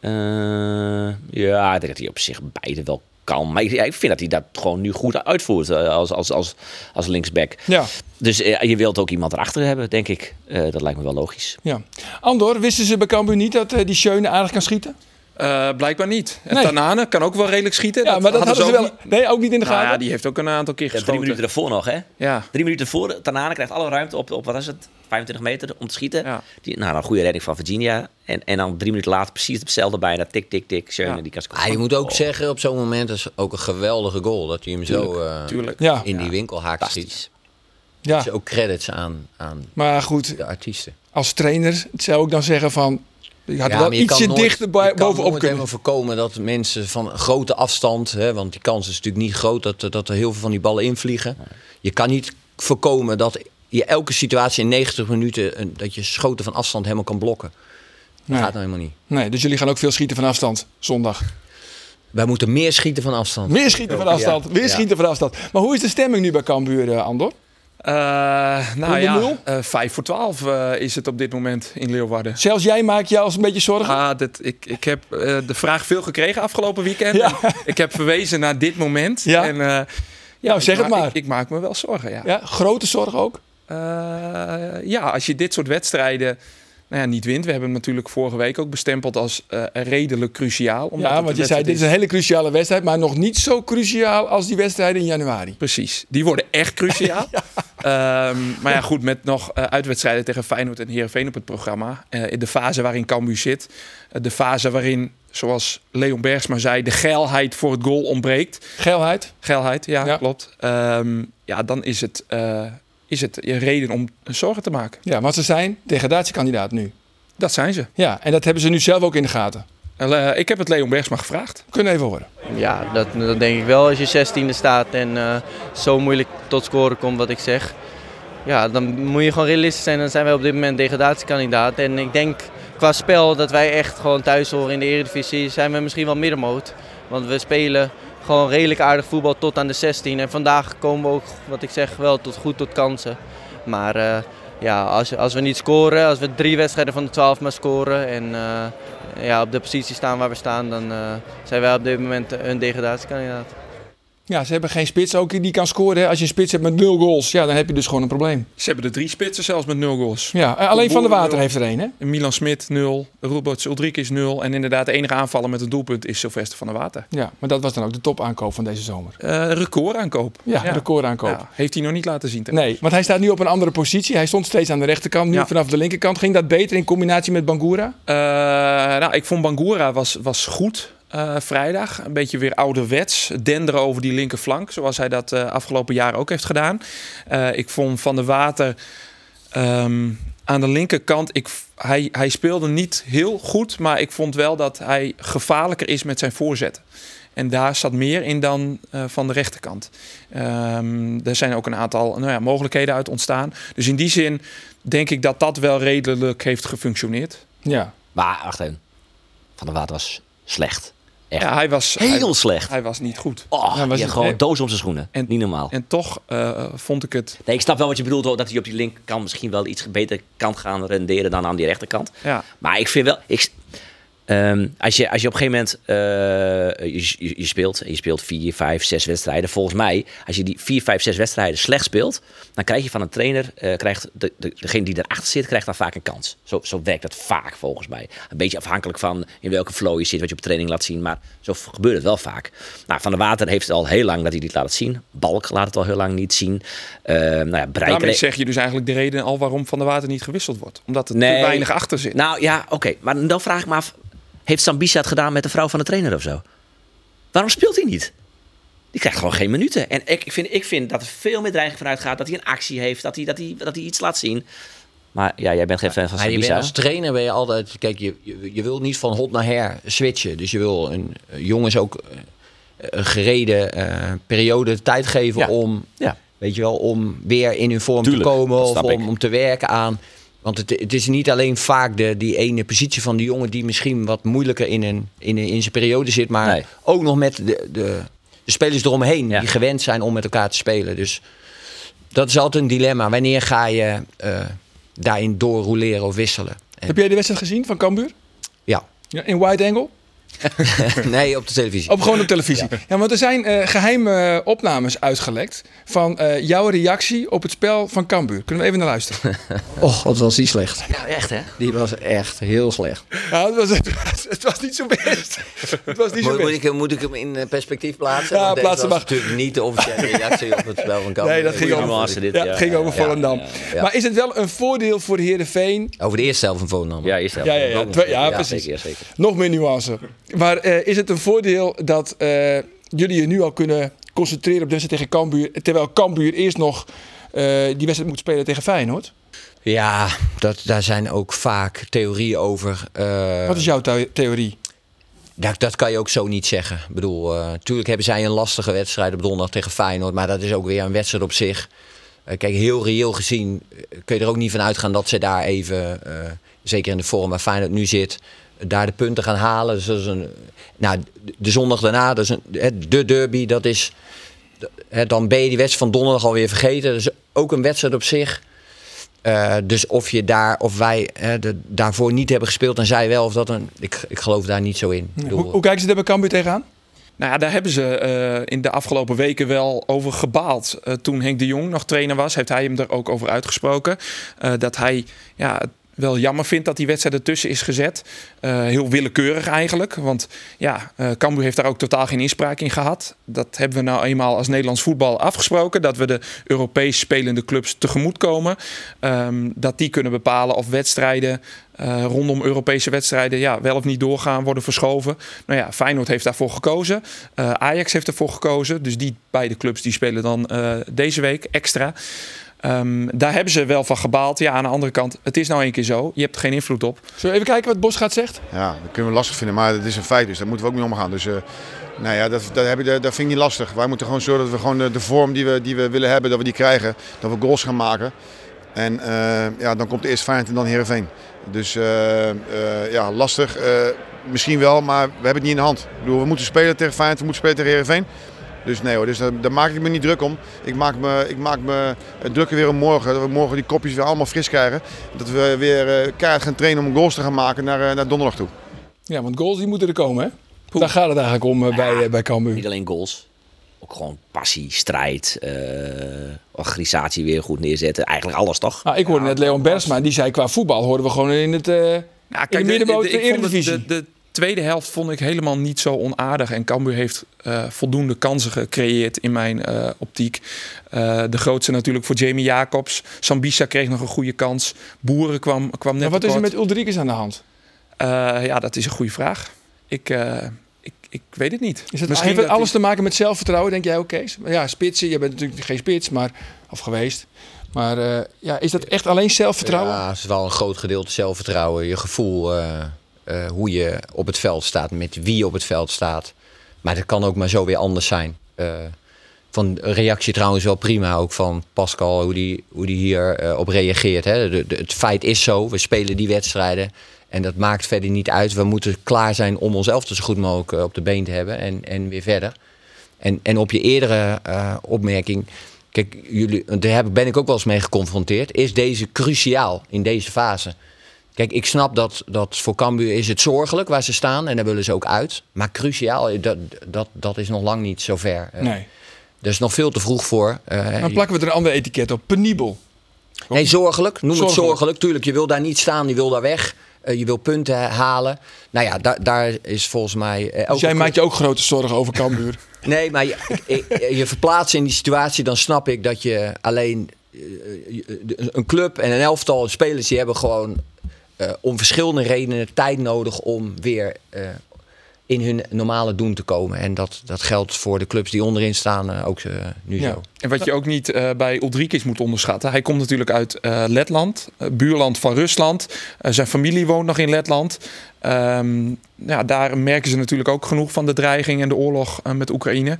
Ja, ik denk dat hij op zich beide wel kan. Maar ik vind dat hij dat gewoon nu goed uitvoert als linksback. Ja. Dus je wilt ook iemand erachter hebben, denk ik. Dat lijkt me wel logisch. Ja. Andor, wisten ze bij Cambuur niet dat die Schöne aardig kan schieten? Blijkbaar niet. En Tanane kan ook wel redelijk schieten. Ja, maar dat hadden ze wel. Niet... Nee, ook niet in de gaten. Ja, die heeft ook een aantal keer geschoten. 3 minuten ervoor nog, hè? Ja. 3 minuten ervoor. Tanane krijgt alle ruimte op wat is het? 25 meter om te schieten. Ja. Dan een goede redding van Virginia. En dan 3 minuten later precies hetzelfde bijna. Tik, tik, tik. Schöne, die kan scoren. Je moet ook zeggen, op zo'n moment is ook een geweldige goal. Dat hij hem Tuurlijk. In die winkelhaak schiet. Ja. Dus ook credits aan maar goed, de artiesten. Als trainer zou ik dan zeggen van... Je had wel ietsje dichter bovenop kunnen voorkomen dat mensen van grote afstand... Hè, want die kans is natuurlijk niet groot dat er heel veel van die ballen invliegen. Nee. Je kan niet voorkomen dat je elke situatie in 90 minuten... dat je schoten van afstand helemaal kan blokken. Dat gaat nou helemaal niet. Nee, dus jullie gaan ook veel schieten van afstand zondag? Wij moeten meer schieten van afstand. Meer schieten van afstand. Ja. Weer schieten van afstand. Maar hoe is de stemming nu bij Cambuur, Andor? 5-12 is het op dit moment in Leeuwarden. Zelfs jij maakt je als een beetje zorgen? Ik heb de vraag veel gekregen afgelopen weekend. Ja. Ik heb verwezen naar dit moment. Ja. En, zeg het maar. Ik maak me wel zorgen, ja. Ja, grote zorgen ook? Als je dit soort wedstrijden... niet wint. We hebben hem natuurlijk vorige week ook bestempeld als redelijk cruciaal. Ja, want je zei, dit is een hele cruciale wedstrijd... maar nog niet zo cruciaal als die wedstrijden in januari. Precies. Die worden echt cruciaal. Maar ja, goed, met nog uitwedstrijden tegen Feyenoord en Heerenveen op het programma. In de fase waarin Cambuur zit. De fase waarin, zoals Leon Bergsma zei... de geilheid voor het goal ontbreekt. Geilheid? Geilheid, ja. Klopt. Dan is het... is het een reden om zorgen te maken. Ja, want ze zijn degradatiekandidaat nu. Dat zijn ze. Ja, en dat hebben ze nu zelf ook in de gaten. Ik heb het Leon Bergsma gevraagd. Kunnen even horen. Ja, dat denk ik wel. Als je 16e staat en zo moeilijk tot scoren komt wat ik zeg. Ja, dan moet je gewoon realistisch zijn. Dan zijn wij op dit moment degradatiekandidaat. En ik denk qua spel dat wij echt gewoon thuis horen in de Eredivisie. Zijn we misschien wel middenmoot. Want we spelen... gewoon redelijk aardig voetbal tot aan de 16. En vandaag komen we ook, wat ik zeg, wel tot kansen. Maar als we niet scoren, als we 3 wedstrijden van de 12 maar scoren... en op de positie staan waar we staan... dan zijn wij op dit moment een degradatiekandidaat. Ja, ze hebben geen spits ook die kan scoren. Als je een spits hebt met 0 goals, ja, dan heb je dus gewoon een probleem. Ze hebben er 3 spitsen zelfs met 0 goals. Ja, alleen Van der Water heeft er 1, hè? Milan Smit 0, Roberts Ulrike is 0. En inderdaad, de enige aanvaller met een doelpunt is Sylvester van der Water. Ja, maar dat was dan ook de topaankoop van deze zomer. Recordaankoop. Ja, recordaankoop. Ja, heeft hij nog niet laten zien. Nee, want hij staat nu op een andere positie. Hij stond steeds aan de rechterkant, nu vanaf de linkerkant. Ging dat beter in combinatie met Bangura? Ik vond Bangura was goed. Vrijdag. Een beetje weer ouderwets. Denderen over die linkerflank. Zoals hij dat afgelopen jaar ook heeft gedaan. Ik vond Van der Water aan de linkerkant... Hij speelde niet heel goed. Maar ik vond wel dat hij gevaarlijker is met zijn voorzetten. En daar zat meer in dan van de rechterkant. Er zijn ook een aantal mogelijkheden uit ontstaan. Dus in die zin denk ik dat dat wel redelijk heeft gefunctioneerd. Ja. Maar wacht even. Van der Water was slecht. Echt. Ja, hij was heel slecht. Hij was niet goed. Gewoon doos om zijn schoenen. Niet normaal. En toch vond ik het... Nee, ik snap wel wat je bedoelt, dat hij op die linkerkant misschien wel iets beter kan gaan renderen dan aan die rechterkant. Ja. Maar ik vind wel... Als je op een gegeven moment je speelt 4, 5, 6 wedstrijden. Volgens mij, als je die 4, 5, 6 wedstrijden slecht speelt, dan krijg je van een trainer, krijgt degene die erachter zit, krijgt dan vaak een kans. Zo werkt het vaak volgens mij. Een beetje afhankelijk van in welke flow je zit, wat je op training laat zien. Maar zo gebeurt het wel vaak. Nou, Van der Water heeft het al heel lang dat hij dit laat zien. Balk laat het al heel lang niet zien. Daarmee zeg je dus eigenlijk de reden al waarom Van der Water niet gewisseld wordt. Omdat er te weinig achter zit. Nou ja, oké. Maar dan vraag ik me af, heeft Sambisa het gedaan met de vrouw van de trainer of zo? Waarom speelt hij niet? Die krijgt gewoon geen minuten. En ik vind dat er veel meer dreiging vanuit gaat. Dat hij een actie heeft. Dat hij iets laat zien. Maar ja, jij bent geen fan van Sambisa. Als trainer ben je altijd... Kijk, je wil niet van hot naar her switchen. Dus je wil jongens ook een gereden periode tijd geven om Weet je wel, om weer in hun vorm Tuurlijk, te komen dat of snap ik. om te werken aan. Want het is niet alleen vaak die ene positie van die jongen die misschien wat moeilijker in zijn periode zit, maar Nee. ook nog met de spelers eromheen Ja. die gewend zijn om met elkaar te spelen. Dus dat is altijd een dilemma. Wanneer ga je daarin doorrouleren of wisselen? Heb jij de wedstrijd gezien van Cambuur? Ja. Ja, in wide angle? Nee, op de televisie. Gewoon op televisie. Ja, want er zijn geheime opnames uitgelekt van jouw reactie op het spel van Cambuur. Kunnen we even naar luisteren? Och, wat was die slecht. Ja, echt hè? Die was echt heel slecht. Ja, het was niet zo best. Het was niet zo best. Moet ik hem in perspectief plaatsen? Ja, Want deze plaats hem was maar. natuurlijk niet de officiële reactie op het spel van Cambuur. Nee, dat ging Goeie over, nuance dit, ja, ja. het ging over Ja, Volendam. ja. Maar is het wel een voordeel voor Heerenveen? Over de eerste helft van Volendam. Ja, eerst Ja, precies. Zeker. Nog meer nuance. Maar is het een voordeel dat jullie je nu al kunnen concentreren op de wedstrijd tegen Cambuur, terwijl Cambuur eerst nog die wedstrijd moet spelen tegen Feyenoord? Ja, daar zijn ook vaak theorieën over. Wat is jouw theorie? Dat kan je ook zo niet zeggen. Ik bedoel, natuurlijk hebben zij een lastige wedstrijd op donderdag tegen Feyenoord, maar dat is ook weer een wedstrijd op zich. Kijk, heel reëel gezien kun je er ook niet van uitgaan dat ze daar even, zeker in de vorm waar Feyenoord nu zit, daar de punten gaan halen. Dus dat is de zondag daarna, dat is de derby, dat is, dan ben je die wedstrijd van donderdag alweer vergeten. Dat is ook een wedstrijd op zich. Dus of wij daarvoor niet hebben gespeeld en zij wel, of dat ik geloof daar niet zo in. Hoe kijken ze daar bij Cambuur tegenaan? Nou ja, daar hebben ze in de afgelopen weken wel over gebaald. Toen Henk de Jong nog trainer was, heeft hij hem er ook over uitgesproken. Dat hij het wel jammer vindt dat die wedstrijd ertussen is gezet. Heel willekeurig eigenlijk. Want Cambuur heeft daar ook totaal geen inspraak in gehad. Dat hebben we nou eenmaal als Nederlands voetbal afgesproken. Dat we de Europees spelende clubs tegemoetkomen. Dat die kunnen bepalen of wedstrijden rondom Europese wedstrijden wel of niet doorgaan, worden verschoven. Nou ja, Feyenoord heeft daarvoor gekozen. Ajax heeft ervoor gekozen. Dus die beide clubs die spelen dan deze week extra. Daar hebben ze wel van gebaald. Ja, aan de andere kant, het is nou een keer zo. Je hebt er geen invloed op. Zullen we even kijken wat Bosgaard zegt? Ja, dat kunnen we lastig vinden, maar het is een feit, dus daar moeten we ook mee omgaan. Dus dat vind ik niet lastig. Wij moeten gewoon zorgen dat we gewoon de vorm die we willen hebben, dat we die krijgen. Dat we goals gaan maken. En dan komt eerst Feyenoord en dan Heerenveen. Dus lastig. Misschien wel, maar we hebben het niet in de hand. Ik bedoel, we moeten spelen tegen Feyenoord, we moeten spelen tegen Heerenveen. Dus nee hoor, dus daar maak ik me niet druk om. Ik maak me drukker weer om morgen. Dat we morgen die kopjes weer allemaal fris krijgen. Dat we weer keihard gaan trainen om goals te gaan maken naar donderdag toe. Ja, want goals die moeten er komen, hè? Daar gaat het eigenlijk om bij Cambuur. Niet alleen goals. Ook gewoon passie, strijd, organisatie weer goed neerzetten. Eigenlijk alles toch? Ik hoorde net Leon Bergsma, die zei qua voetbal hoorden we gewoon in de middenmoot de Eredivisie. De tweede helft vond ik helemaal niet zo onaardig. En Cambuur heeft voldoende kansen gecreëerd in mijn optiek. De grootste natuurlijk voor Jamie Jacobs. Sambisa kreeg nog een goede kans. Boeren kwam net Maar wat is er tekort. met Ulrikes aan de hand? Dat is een goede vraag. Ik weet het niet. Heeft het alles te maken met zelfvertrouwen, denk jij ook, Kees? Ja, spitsen, je bent natuurlijk geen spits, of geweest. Maar is dat echt alleen zelfvertrouwen? Ja, het is wel een groot gedeelte zelfvertrouwen. Je gevoel, hoe je op het veld staat, met wie je op het veld staat. Maar dat kan ook maar zo weer anders zijn. Van reactie trouwens wel prima, ook van Pascal, hoe die hier op reageert. Hè. Het feit is zo, we spelen die wedstrijden. En dat maakt verder niet uit. We moeten klaar zijn om ons elftal zo goed mogelijk op de been te hebben. En weer verder. En op je eerdere opmerking. Kijk, daar ben ik ook wel eens mee geconfronteerd. Is deze cruciaal in deze fase? Kijk, ik snap dat voor Cambuur is het zorgelijk waar ze staan. En daar willen ze ook uit. Maar cruciaal, dat is nog lang niet zover. Nee. Er is nog veel te vroeg voor. Dan plakken we er een ander etiket op. Penibel. Nee, zorgelijk. Noem Zorgelijk. het zorgelijk. Tuurlijk, je wil daar niet staan. Je wil daar weg. Je wil punten halen. Nou ja, daar is volgens mij... Dus jij maakt je ook grote zorgen over Cambuur? Nee, maar je verplaatst in die situatie. Dan snap ik dat je alleen... een club en een elftal spelers... die hebben gewoon om verschillende redenen tijd nodig... om weer in hun normale doen te komen. En dat geldt voor de clubs die onderin staan ook nu zo. En wat je ook niet bij Ulrikes moet onderschatten. Hij komt natuurlijk uit Letland, buurland van Rusland. Zijn familie woont nog in Letland. Daar merken ze natuurlijk ook genoeg van de dreiging en de oorlog met Oekraïne.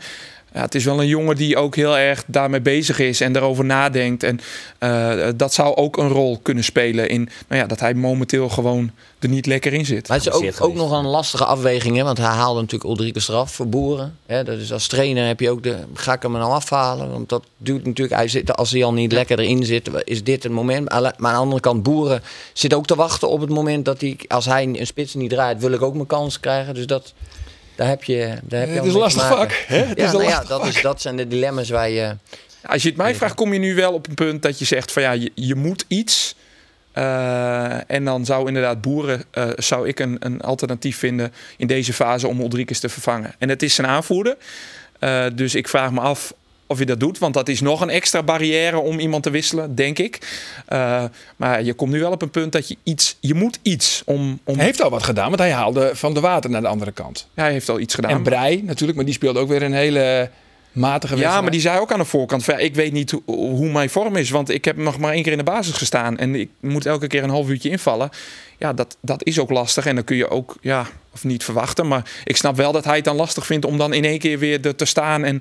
Ja, het is wel een jongen die ook heel erg daarmee bezig is en daarover nadenkt. En dat zou ook een rol kunnen spelen in dat hij momenteel gewoon er niet lekker in zit. Maar het is ook nog een lastige afweging, hè? Want hij haalde natuurlijk Ulrike eraf voor Boeren. Hè? Dus als trainer heb je ook ga ik hem nou afhalen? Want dat duurt natuurlijk, als hij al niet lekker erin zit, is dit het moment. Maar aan de andere kant, Boeren zit ook te wachten op het moment dat als hij een spits niet draait, wil ik ook mijn kans krijgen. Dus daar heb je het is een lastig vak. Hè? Dat zijn de dilemma's waar je... Als je het mij vraagt, kom je nu wel op een punt dat je zegt van je moet iets. En dan zou inderdaad Boeren zou ik een alternatief vinden in deze fase om Ulrikes te vervangen. En het is zijn aanvoerder. Dus ik vraag me af of je dat doet. Want dat is nog een extra barrière om iemand te wisselen, denk ik. Maar je komt nu wel op een punt dat je moet iets om... Hij heeft al wat gedaan, want hij haalde Van de Water naar de andere kant. Ja, hij heeft al iets gedaan. En Breij natuurlijk, maar die speelde ook weer een hele matige wedstrijd. Ja, maar die zei ook aan de voorkant van, ik weet niet hoe mijn vorm is. Want ik heb nog maar 1 keer in de basis gestaan. En ik moet elke keer een half uurtje invallen. Ja, dat is ook lastig. En dan kun je ook, of niet verwachten. Maar ik snap wel dat hij het dan lastig vindt om dan in 1 keer weer er te staan. En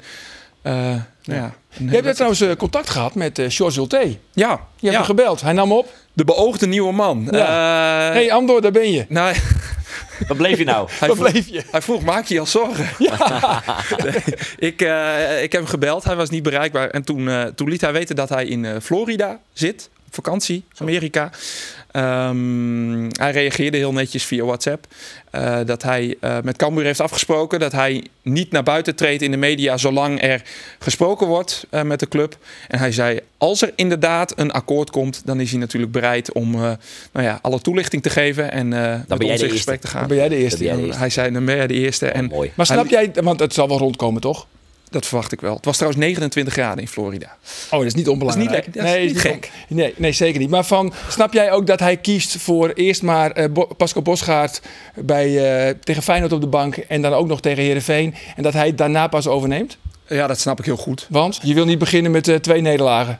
Je hebt trouwens contact gehad met George Zulte. Ja. Je hebt hem gebeld. Hij nam op. De beoogde nieuwe man. Ja. Hey Andor, daar ben je. Nou, Wat bleef je nou? Hij vroeg, maak je al zorgen? Ja. Ik heb hem gebeld. Hij was niet bereikbaar. En toen liet hij weten dat hij in Florida zit. Op vakantie, Amerika. Hij reageerde heel netjes via WhatsApp. Dat hij met Cambuur heeft afgesproken dat hij niet naar buiten treedt in de media zolang er gesproken wordt met de club. En hij zei, als er inderdaad een akkoord komt, dan is hij natuurlijk bereid om alle toelichting te geven en met ons in gesprek te gaan. Dan ben jij de eerste. Hij zei, dan ben jij de eerste. En mooi. Maar snap jij, want het zal wel rondkomen, toch? Dat verwacht ik wel. Het was trouwens 29 graden in Florida. Oh, dat is niet onbelangrijk. Dat is niet gek. Nee, zeker niet. Maar snap jij ook dat hij kiest voor eerst maar Pascal Bosgaard tegen Feyenoord op de bank en dan ook nog tegen Heerenveen en dat hij het daarna pas overneemt? Ja, dat snap ik heel goed. Want je wil niet beginnen met 2 nederlagen.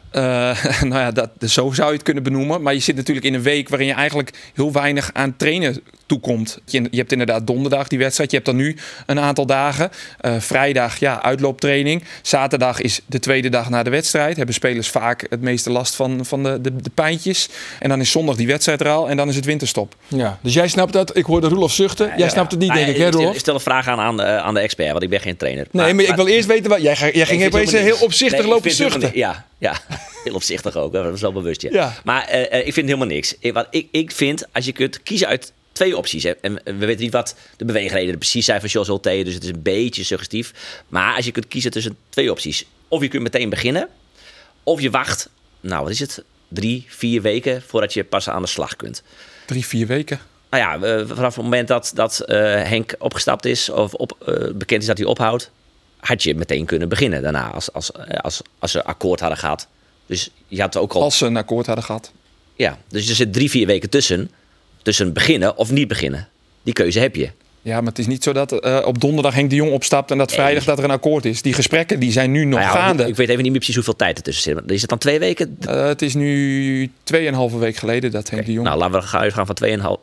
Zo zou je het kunnen benoemen. Maar je zit natuurlijk in een week waarin je eigenlijk heel weinig aan trainen toekomt. Je hebt inderdaad donderdag die wedstrijd. Je hebt dan nu een aantal dagen. Vrijdag, uitlooptraining. Zaterdag is de tweede dag na de wedstrijd. Hebben spelers vaak het meeste last van de pijntjes. En dan is zondag die wedstrijd er al. En dan is het winterstop. Ja, dus jij snapt dat. Ik hoorde Roelof zuchten. Jij snapt het niet, denk ik, hè Roelof? Ik stel een vraag aan de expert, want ik ben geen trainer. Nee, maar ik wil eerst weten... Jij ging opeens heel opzichtig lopen zuchten. Ja, heel opzichtig ook. Dat is wel bewust, ja. Maar ik vind helemaal niks. Ik vind, als je kunt kiezen uit 2 opties. Hè, en we weten niet wat de beweegredenen precies zijn van Jos Zulte, dus het is een beetje suggestief. Maar als je kunt kiezen tussen 2 opties. Of je kunt meteen beginnen, of je wacht, wat is het? 3-4 weken voordat je pas aan de slag kunt. 3-4 weken? Nou ja, vanaf het moment dat Henk opgestapt is of bekend is dat hij ophoudt, had je meteen kunnen beginnen daarna als ze akkoord hadden gehad. Dus je had ook al... Als ze een akkoord hadden gehad. Ja, dus er zit 3-4 weken tussen beginnen of niet beginnen. Die keuze heb je. Ja, maar het is niet zo dat op donderdag Henk de Jong opstapt en dat vrijdag dat er een akkoord is. Die gesprekken die zijn nu nog gaande. Ik weet even niet meer precies hoeveel tijd ertussen zit. Is het dan 2 weken? Het is nu 2,5 week geleden dat Henk de Jong... Nou, laten we uitgaan van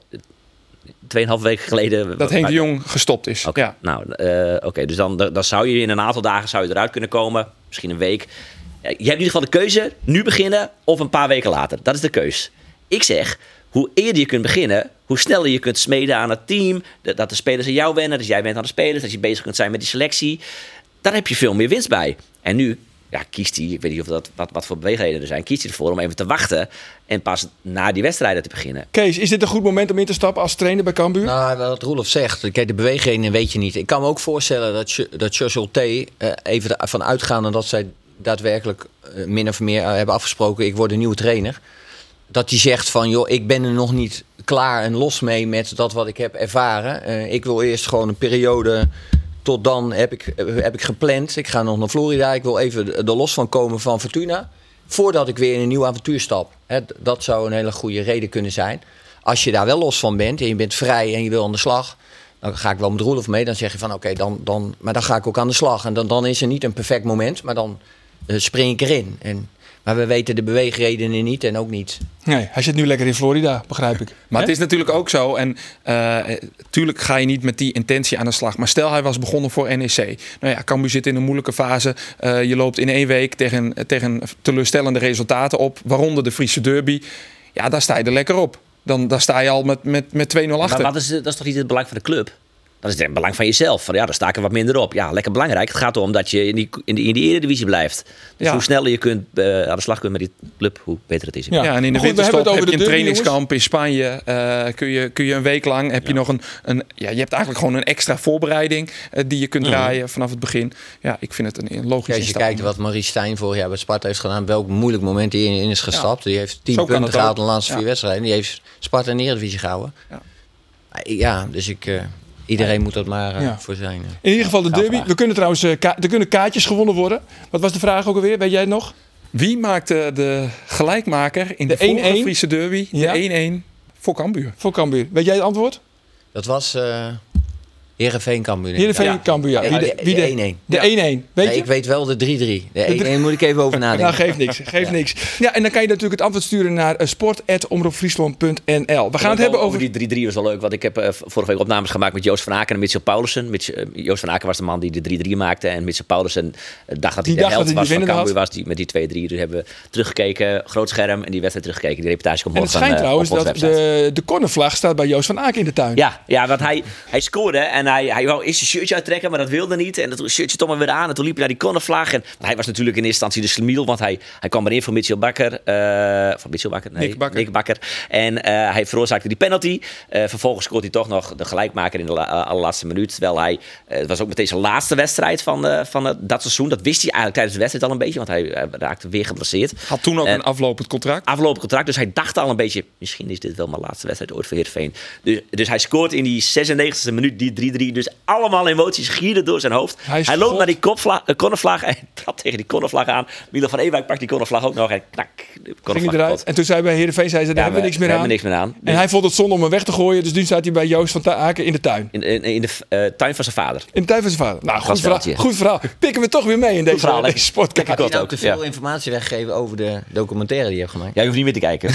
2,5 weken geleden... Dat Henk de Jong gestopt is. Okay. Ja. Nou, dus dan zou je in een aantal dagen eruit kunnen komen. Misschien een week. Je hebt in ieder geval de keuze, nu beginnen of een paar weken later. Dat is de keus. Ik zeg, hoe eerder je kunt beginnen, hoe sneller je kunt smeden aan het team. Dat de spelers aan jou wennen, dus jij went aan de spelers. Dat je bezig kunt zijn met die selectie. Daar heb je veel meer winst bij. En nu kiest hij, ik weet niet of dat wat voor beweegredenen er zijn, kiest hij ervoor om even te wachten en pas na die wedstrijden te beginnen. Kees, is dit een goed moment om in te stappen als trainer bij Cambuur? Nou, wat Roelof zegt, kijk, de beweegredenen weet je niet. Ik kan me ook voorstellen dat George Zulte, even ervan uitgaande dat zij daadwerkelijk min of meer hebben afgesproken, ik word een nieuwe trainer, dat hij zegt van, joh, ik ben er nog niet klaar en los mee met dat wat ik heb ervaren. Ik wil eerst gewoon een periode... Tot dan heb ik gepland. Ik ga nog naar Florida. Ik wil even er los van komen van Fortuna. Voordat ik weer in een nieuw avontuur stap. Dat zou een hele goede reden kunnen zijn. Als je daar wel los van bent en je bent vrij en je wil aan de slag. Dan ga ik wel met Roelof mee. Dan zeg je van oké, maar dan ga ik ook aan de slag. En dan is er niet een perfect moment. Maar dan spring ik erin. Maar we weten de beweegredenen niet en ook niet. Nee, hij zit nu lekker in Florida, begrijp ik. Maar het is natuurlijk ook zo. En tuurlijk ga je niet met die intentie aan de slag. Maar stel hij was begonnen voor NEC. Nou ja, Cambuur zit in een moeilijke fase. Je loopt in 1 week tegen teleurstellende resultaten op. Waaronder de Friese derby. Ja, daar sta je er lekker op. Daar sta je al met 2-0 achter. Maar dat is toch niet het belang van de club? Dat is het belang van jezelf. Daar sta ik er wat minder op. Ja, lekker belangrijk. Het gaat erom dat je in de Eredivisie blijft. Dus hoe sneller je aan de slag kunt met die club, hoe beter het is. Ja, en in de winterstop heb je een trainingskamp in Spanje. Kun je een week lang heb je nog je hebt eigenlijk gewoon een extra voorbereiding die je kunt draaien vanaf het begin. Ja, ik vind het een logische Als je kijkt wat Maurice Stijn vorig jaar bij Sparta heeft gedaan, welk moeilijk moment hij in is gestapt. Die heeft 10 punten gehaald in de laatste 4 wedstrijden. Die heeft Sparta in de Eredivisie gehouden. Ja, dus iedereen moet dat maar voor zijn. In ieder geval de derby. We kunnen trouwens er kunnen kaartjes gewonnen worden. Wat was de vraag ook alweer? Weet jij het nog? Wie maakte de gelijkmaker in de vorige Friese derby? De 1-1 voor Cambuur. Voor Cambuur. Weet jij het antwoord? Dat was Heerenveen Cambuur. Heerenveen Cambuur, ja. Wie de 1-1? De 1-1. Weet je? Ik weet wel de 3-3. De 1-1 moet ik even over nadenken. Nou, geeft niks. Ja, en dan kan je natuurlijk het antwoord sturen naar sport@omroepfriesland.nl. We gaan het hebben over die 3-3 was wel leuk, want ik heb vorige week opnames gemaakt met Joost van Aken en Mitchell Paulussen. Joost van Aken was de man die de 3-3 maakte en Mitchell Paulussen dacht dat hij de held was van Cambuur was met die 2-3. Dus hebben we teruggekeken, groot scherm en die wedstrijd teruggekeken. Die reportage komt morgen. En het schijnt trouwens dat de cornervlag staat bij Joost van Aken in de tuin. Ja, want hij scoorde en hij wou eerst een shirtje uittrekken, maar dat wilde niet. En dat shirtje toch maar weer aan. En toen liep hij naar die cornervlag. En hij was natuurlijk in eerste instantie de slemiel, want hij kwam erin voor Mitchell Bakker. Nick Bakker. En hij veroorzaakte die penalty. Vervolgens scoort hij toch nog de gelijkmaker in de allerlaatste minuut. Terwijl het was ook meteen zijn laatste wedstrijd van dat seizoen. Dat wist hij eigenlijk tijdens de wedstrijd al een beetje, want hij raakte weer geblesseerd. Had toen ook een aflopend contract. Dus hij dacht al een beetje, misschien is dit wel mijn laatste wedstrijd ooit voor Heerenveen. Dus hij scoort in die 96e minuut die 3-3. Dus allemaal emoties gierden door zijn hoofd. Hij loopt naar die cornervlag en trapt tegen die cornervlag aan. Milan van Ewijk pakt die cornervlag ook nog en knak. Ging hij eruit. En toen zei bij Heerenveen, daar hebben we niks meer aan. En hij vond het zonde om hem weg te gooien. Dus nu staat hij bij Joost van Aken in de tuin. In de tuin van zijn vader. In de tuin van zijn vader. Nou, goed verhaal. Pikken we toch weer mee in deze podcast. Heb je nou te veel informatie weggegeven over de documentaire die je hebt gemaakt? Ja, je hoeft niet meer te kijken.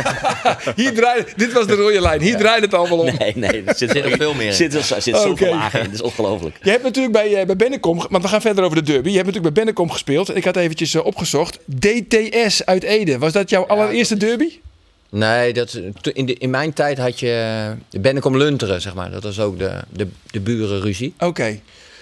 Dit was de rode lijn. Hier draait het allemaal om. Nee, er zit nog veel meer in. Er zit zoveel lagen in. Dat is ongelooflijk. Je hebt natuurlijk bij Bennekom, want we gaan verder over de derby. Je hebt natuurlijk bij Bennekom gespeeld. En ik had eventjes opgezocht. DTS uit Ede. Was dat jouw allereerste derby? Nee, in mijn tijd had je Bennekom Lunteren, zeg maar. Dat was ook de burenruzie. Oké.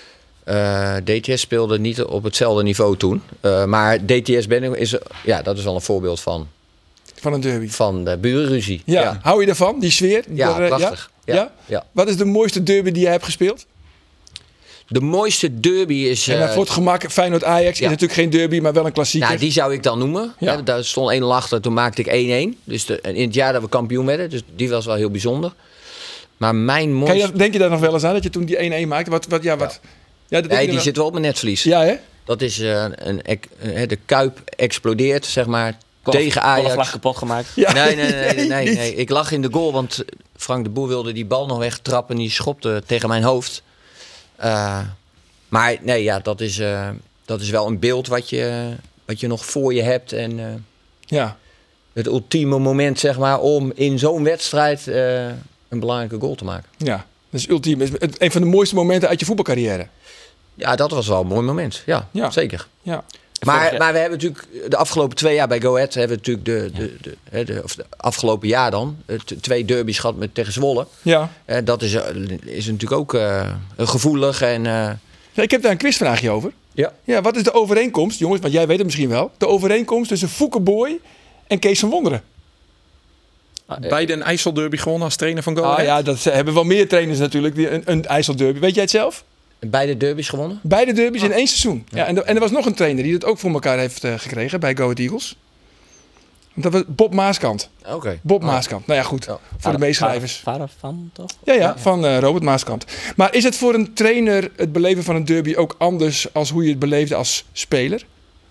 DTS speelde niet op hetzelfde niveau toen. Maar DTS Bennekom dat is wel een voorbeeld van een derby. Van de burenruzie. Ja. Hou je ervan, die sfeer? Ja, prachtig. Ja. Wat is de mooiste derby die jij hebt gespeeld? De mooiste derby is... voor het gemak, Feyenoord-Ajax is natuurlijk geen derby, maar wel een klassieker. Nou, die zou ik dan noemen. Ja. Daar stond 1-0 achter, toen maakte ik 1-1. Dus in het jaar dat we kampioen werden. Dus die was wel heel bijzonder. Maar mijn mooiste... Denk je daar nog wel eens aan, dat je toen die 1-1 maakte? Die zit wel op mijn netvlies. Ja, hè? Dat is de Kuip explodeert, zeg maar, tegen Ajax. Vlag kapot gemaakt. Ja. Nee. Ik lag in de goal, want Frank de Boer wilde die bal nog wegtrappen. Die schopte tegen mijn hoofd. Maar nee, ja, dat is wel een beeld wat je nog voor je hebt. En het ultieme moment, zeg maar, om in zo'n wedstrijd een belangrijke goal te maken. Ja, dat is ultiem. Een van de mooiste momenten uit je voetbalcarrière. Ja, dat was wel een mooi moment. Ja. Zeker. Ja. Maar we hebben natuurlijk de afgelopen 2 jaar bij Go Ahead hebben we natuurlijk de afgelopen jaar dan 2 derbies gehad tegen Zwolle. Ja. Dat is natuurlijk ook gevoelig en. Ik heb daar een quizvraagje over. Ja. Ja. Wat is de overeenkomst, jongens? Want jij weet het misschien wel. De overeenkomst tussen Fouke Boy en Kees van Wonderen. Beide een IJsselderby gewonnen als trainer van Go Ahead. Ja, dat hebben wel meer trainers natuurlijk. Een IJsselderby. Weet jij het zelf? Beide derbies gewonnen? Beide derbies in 1 seizoen. Ja, en er was nog een trainer die dat ook voor elkaar heeft gekregen bij Go Ahead Eagles. Dat was Bob Maaskant. Oké. Bob Maaskant. Nou ja, goed. Ja. Voor de meeschrijvers. Vader van, toch? Ja, van Robert Maaskant. Maar is het voor een trainer het beleven van een derby ook anders als hoe je het beleefde als speler?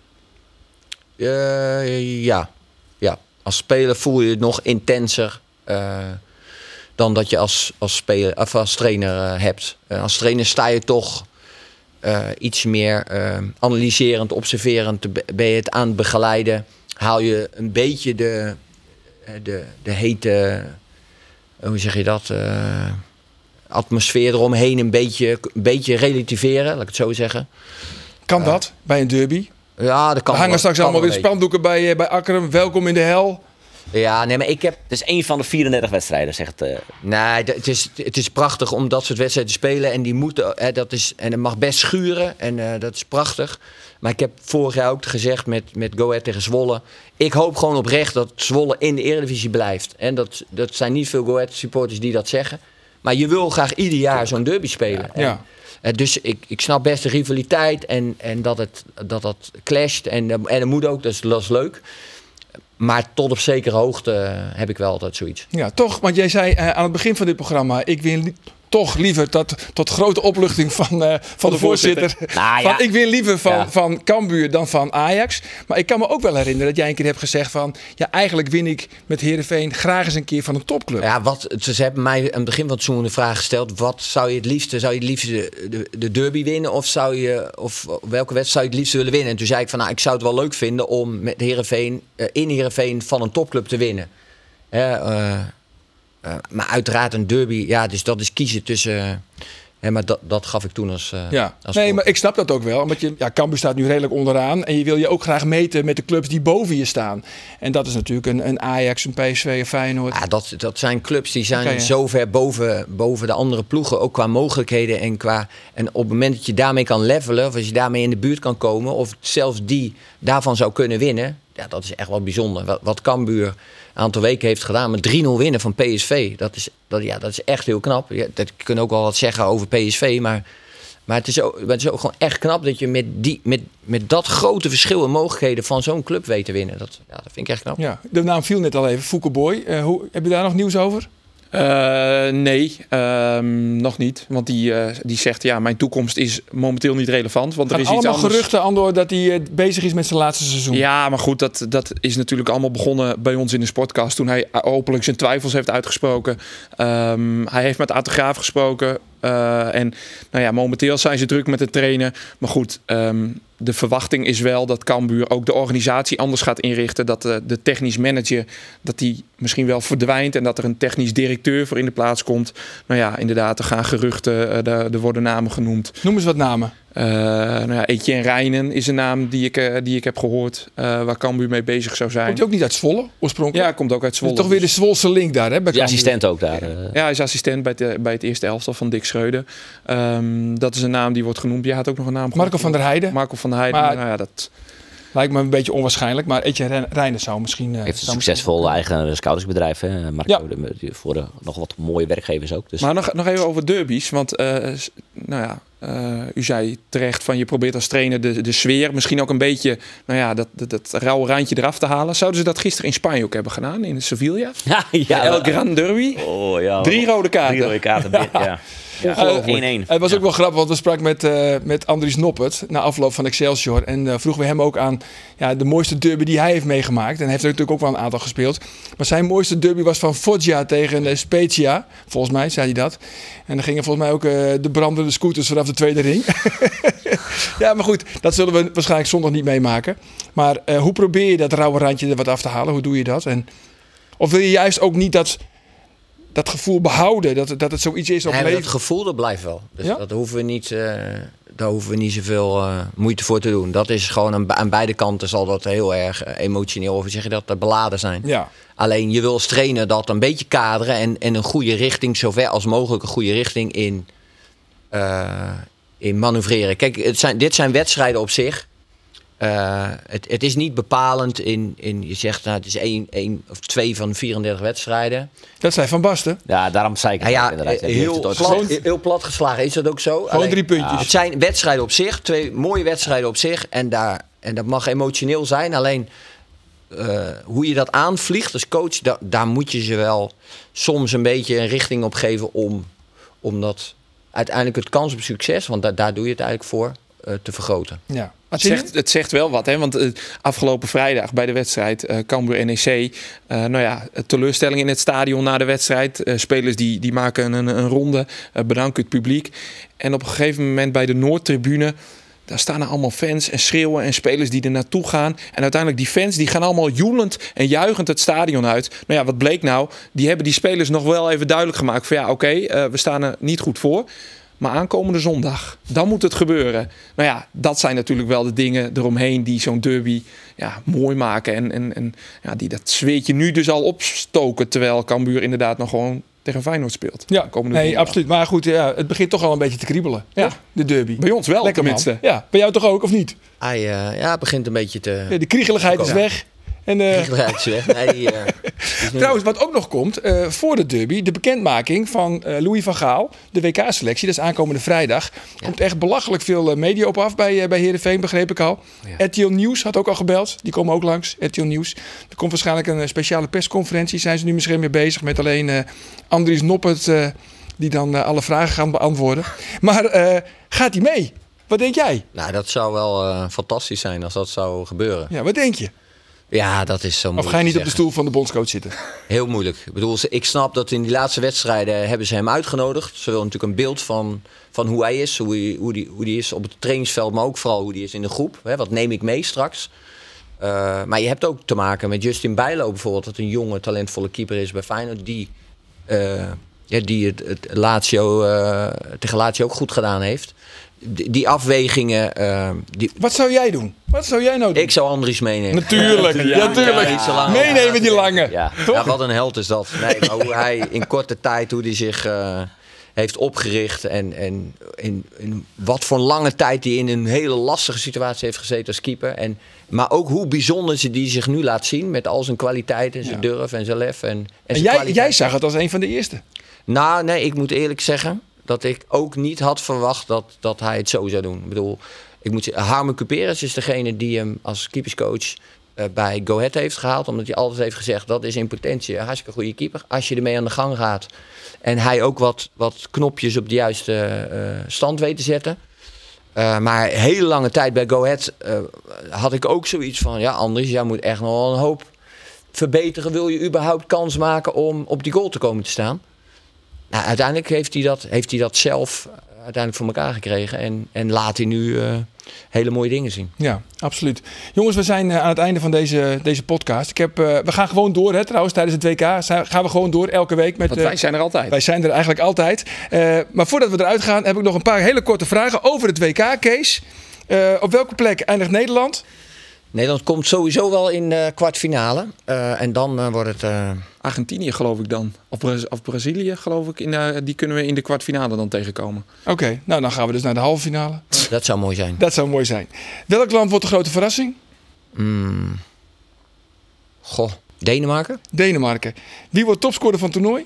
Ja. Als speler voel je het nog intenser dan dat je als speler of als trainer hebt. Als trainer sta je toch iets meer analyserend, observerend. Ben je het aan het begeleiden. haal je een beetje de hete, hoe zeg je dat, atmosfeer eromheen een beetje relativeren, laat ik het zo zeggen. Kan dat bij een derby? Ja, dat kan. We hangen straks allemaal weer spandoeken bij Akkeren. Welkom in de hel. Ja, nee, maar ik heb... Het is 1 van de 34 wedstrijden, zegt Nee, het is prachtig om dat soort wedstrijden te spelen. En die moeten, en het mag best schuren. En dat is prachtig. Maar ik heb vorig jaar ook gezegd met Go Ahead tegen Zwolle. Ik hoop gewoon oprecht dat Zwolle in de Eredivisie blijft. En dat zijn niet veel Go Ahead supporters die dat zeggen. Maar je wil graag ieder jaar zo'n derby spelen. Ja. Dus ik snap best de rivaliteit en dat clasht. En dat moet ook, dat is leuk. Maar tot op zekere hoogte heb ik wel altijd zoiets. Ja, toch, want jij zei aan het begin van dit programma... ik wil toch liever tot grote opluchting van de voorzitter. Nou, ja. Ik wil liever van Cambuur dan van Ajax. Maar ik kan me ook wel herinneren dat jij een keer hebt gezegd van... ja, eigenlijk win ik met Heerenveen graag eens een keer van een topclub. Ja, ze hebben mij aan het begin van het seizoen de vraag gesteld... wat zou je het liefste? Zou je het liefste de derby winnen? Of welke wedstrijd zou je het liefste willen winnen? En toen zei ik van, ik zou het wel leuk vinden om met Heerenveen, in Heerenveen van een topclub te winnen. Maar uiteraard een derby, ja, dus dat is kiezen tussen... maar dat gaf ik toen als maar ik snap dat ook wel. Want Cambuur staat nu redelijk onderaan. En je wil je ook graag meten met de clubs die boven je staan. En dat is natuurlijk een Ajax, een PSV, een Feyenoord. Ja, dat zijn clubs die zijn zo ver boven de andere ploegen. Ook qua mogelijkheden en op het moment dat je daarmee kan levelen... of als je daarmee in de buurt kan komen... of zelfs die daarvan zou kunnen winnen... ja, dat is echt wel bijzonder. Wat Cambuur een aantal weken heeft gedaan met 3-0 winnen van PSV. Dat is echt heel knap. Ja, dat kun je ook wel wat zeggen over PSV. Maar het is ook gewoon echt knap dat je met dat grote verschil in mogelijkheden van zo'n club weet te winnen. Dat vind ik echt knap. Ja, de naam viel net al even, Fouke Boy. Heb je daar nog nieuws over? Nee, nog niet. Want die zegt, mijn toekomst is momenteel niet relevant. Want er is iets allemaal anders. Geruchten, Andor, dat hij bezig is met zijn laatste seizoen. Ja, maar goed, dat is natuurlijk allemaal begonnen bij ons in de Sportcast. Toen hij openlijk zijn twijfels heeft uitgesproken. Hij heeft met Autograaf gesproken. En momenteel zijn ze druk met het trainen. Maar goed, de verwachting is wel dat Cambuur ook de organisatie anders gaat inrichten. Dat de technisch manager dat die misschien wel verdwijnt. En dat er een technisch directeur voor in de plaats komt. Inderdaad, er gaan geruchten. Er worden namen genoemd. Noem eens wat namen. Etienne Rijnen is een naam die ik heb gehoord. Waar Cambuur mee bezig zou zijn. Komt hij ook niet uit Zwolle oorspronkelijk? Ja, komt ook uit Zwolle. Toch weer de Zwolse link daar, hè? Is assistent ook daar? Ja, hij is assistent bij het eerste elftal van Dick Schreuder. Dat is een naam die wordt genoemd. Je had ook nog een naam genoemd. Marco van der Heijden. Marco van der Heijden. Maar, dat lijkt me een beetje onwaarschijnlijk. Maar Etienne Rijnen zou misschien... heeft een succesvol eigen scoutingsbedrijf. Hè? Marco, voor nog wat mooie werkgevers ook. Dus. Maar nog even over derbies. Want u zei terecht van je probeert als trainer de sfeer. Misschien ook een beetje dat rauwe randje eraf te halen. Zouden ze dat gisteren in Spanje ook hebben gedaan? In Sevilla? Ja, El Gran Derby. Oh, ja, 3 rode kaarten. 3 rode kaarten, ja. 1-1. Het was ook wel grappig, want we spraken met Andries Noppert na afloop van Excelsior. En vroegen we hem ook aan de mooiste derby die hij heeft meegemaakt. En hij heeft er natuurlijk ook wel een aantal gespeeld. Maar zijn mooiste derby was van Foggia tegen Spezia. Volgens mij zei hij dat. En dan gingen volgens mij ook de brandende scooters vanaf de tweede ring. Ja, maar goed, dat zullen we waarschijnlijk zondag niet meemaken. Maar hoe probeer je dat rauwe randje er wat af te halen? Hoe doe je dat? Of wil je juist ook niet dat gevoel behouden, dat het zoiets is op leven? Het gevoel, dat blijft wel. Dus dat hoeven we niet, daar hoeven we niet zoveel moeite voor te doen. Dat is gewoon aan beide kanten zal dat heel erg emotioneel, of zeg je dat, beladen zijn. Ja. Alleen je wil als trainer dat een beetje kaderen en een goede richting, zover als mogelijk een goede richting in manoeuvreren. Kijk, dit zijn wedstrijden op zich. Het is niet bepalend in je zegt het is 1 of 2 van 34 wedstrijden. Dat zei Van Basten. Ja, daarom zei ik het. Heel plat geslagen, is dat ook zo? Gewoon 3 puntjes. Het zijn wedstrijden op zich, 2 mooie wedstrijden op zich. En dat mag emotioneel zijn. Alleen hoe je dat aanvliegt als coach, daar moet je ze wel soms een beetje een richting op geven om dat uiteindelijk het kans op succes, want daar doe je het eigenlijk voor, te vergroten. Ja. Het zegt wel wat, hè? Want afgelopen vrijdag bij de wedstrijd Cambuur-NEC... teleurstelling in het stadion na de wedstrijd. Spelers die maken een ronde, bedanken het publiek. En op een gegeven moment bij de Noordtribune Daar staan er allemaal fans en schreeuwen en spelers die er naartoe gaan. En uiteindelijk die fans die gaan allemaal joelend en juichend het stadion uit. Nou ja, wat bleek nou? Die hebben die spelers nog wel even duidelijk gemaakt. Van ja, oké, we staan er niet goed voor. Maar aankomende zondag, dan moet het gebeuren. Nou ja, dat zijn natuurlijk wel de dingen eromheen die zo'n derby mooi maken. En die dat zweetje nu dus al opstoken. Terwijl Cambuur inderdaad nog gewoon tegen Feyenoord speelt. Ja, absoluut. Maar goed, het begint toch al een beetje te kriebelen. Ja, toch? De derby. Bij ons wel, lekker tenminste. Ja, bij jou toch ook, of niet? Het begint een beetje te... Ja, de kriegeligheid is weg. Trouwens, wat ook nog komt, voor de derby, de bekendmaking van Louis van Gaal, de WK-selectie, dat is aankomende vrijdag. Ja. Komt echt belachelijk veel media op af bij Heerenveen, begreep ik al. Ja. RTL Nieuws had ook al gebeld, die komen ook langs, RTL Nieuws. Er komt waarschijnlijk een speciale persconferentie, zijn ze nu misschien mee bezig met alleen Andries Noppert, die dan alle vragen gaan beantwoorden. Maar gaat hij mee? Wat denk jij? Nou, dat zou wel fantastisch zijn als dat zou gebeuren. Ja, wat denk je? Ja, dat is zo moeilijk. Of ga je niet op de stoel van de bondscoach zitten? Heel moeilijk. Ik bedoel, ik snap dat in die laatste wedstrijden hebben ze hem uitgenodigd. Ze willen natuurlijk een beeld van hoe hij is, hoe die is op het trainingsveld, maar ook vooral hoe die is in de groep. Wat neem ik mee straks? Maar je hebt ook te maken met Justin Bijlo bijvoorbeeld, dat een jonge, talentvolle keeper is bij Feyenoord, die het Lazio, tegen Lazio ook goed gedaan heeft. Die afwegingen... Wat zou jij doen? Wat zou jij nou doen? Ik zou Andries meenemen. Natuurlijk. Meenemen die lange. Ja, wat een held is dat. Nee, maar hoe hij in korte tijd, hoe hij zich heeft opgericht. En in wat voor lange tijd hij in een hele lastige situatie heeft gezeten als keeper. Maar ook hoe bijzonder die zich nu laat zien. Met al zijn kwaliteiten en zijn durf en zijn lef. En jij zag het als een van de eerste. Nou, nee, ik moet eerlijk zeggen dat ik ook niet had verwacht dat hij het zo zou doen. Ik bedoel, Harmen Cuperes is degene die hem als keeperscoach bij Go Ahead heeft gehaald. Omdat hij altijd heeft gezegd, dat is in potentie een hartstikke goede keeper. Als je ermee aan de gang gaat. En hij ook wat knopjes op de juiste stand weet te zetten. Maar een hele lange tijd bij Go Ahead had ik ook zoiets van... Ja, Andries, jij moet echt nog wel een hoop verbeteren. Wil je überhaupt kans maken om op die goal te komen te staan? Nou, uiteindelijk heeft hij dat zelf uiteindelijk voor elkaar gekregen. En laat hij nu hele mooie dingen zien. Ja, absoluut. Jongens, we zijn aan het einde van deze podcast. We gaan gewoon door, hè, trouwens, tijdens het WK. Gaan we gewoon door elke week. Want wij zijn er altijd. Wij zijn er eigenlijk altijd. Maar voordat we eruit gaan, heb ik nog een paar hele korte vragen over het WK, Kees. Op welke plek eindigt Nederland? Nederland komt sowieso wel in de kwartfinale. En dan wordt het... Argentinië geloof ik dan. Of Brazilië geloof ik. Die kunnen we in de kwartfinale dan tegenkomen. Oké, nou dan gaan we dus naar de halve finale. Dat zou mooi zijn. Dat zou mooi zijn. Welk land wordt de grote verrassing? Denemarken. Denemarken. Wie wordt topscorer van het toernooi?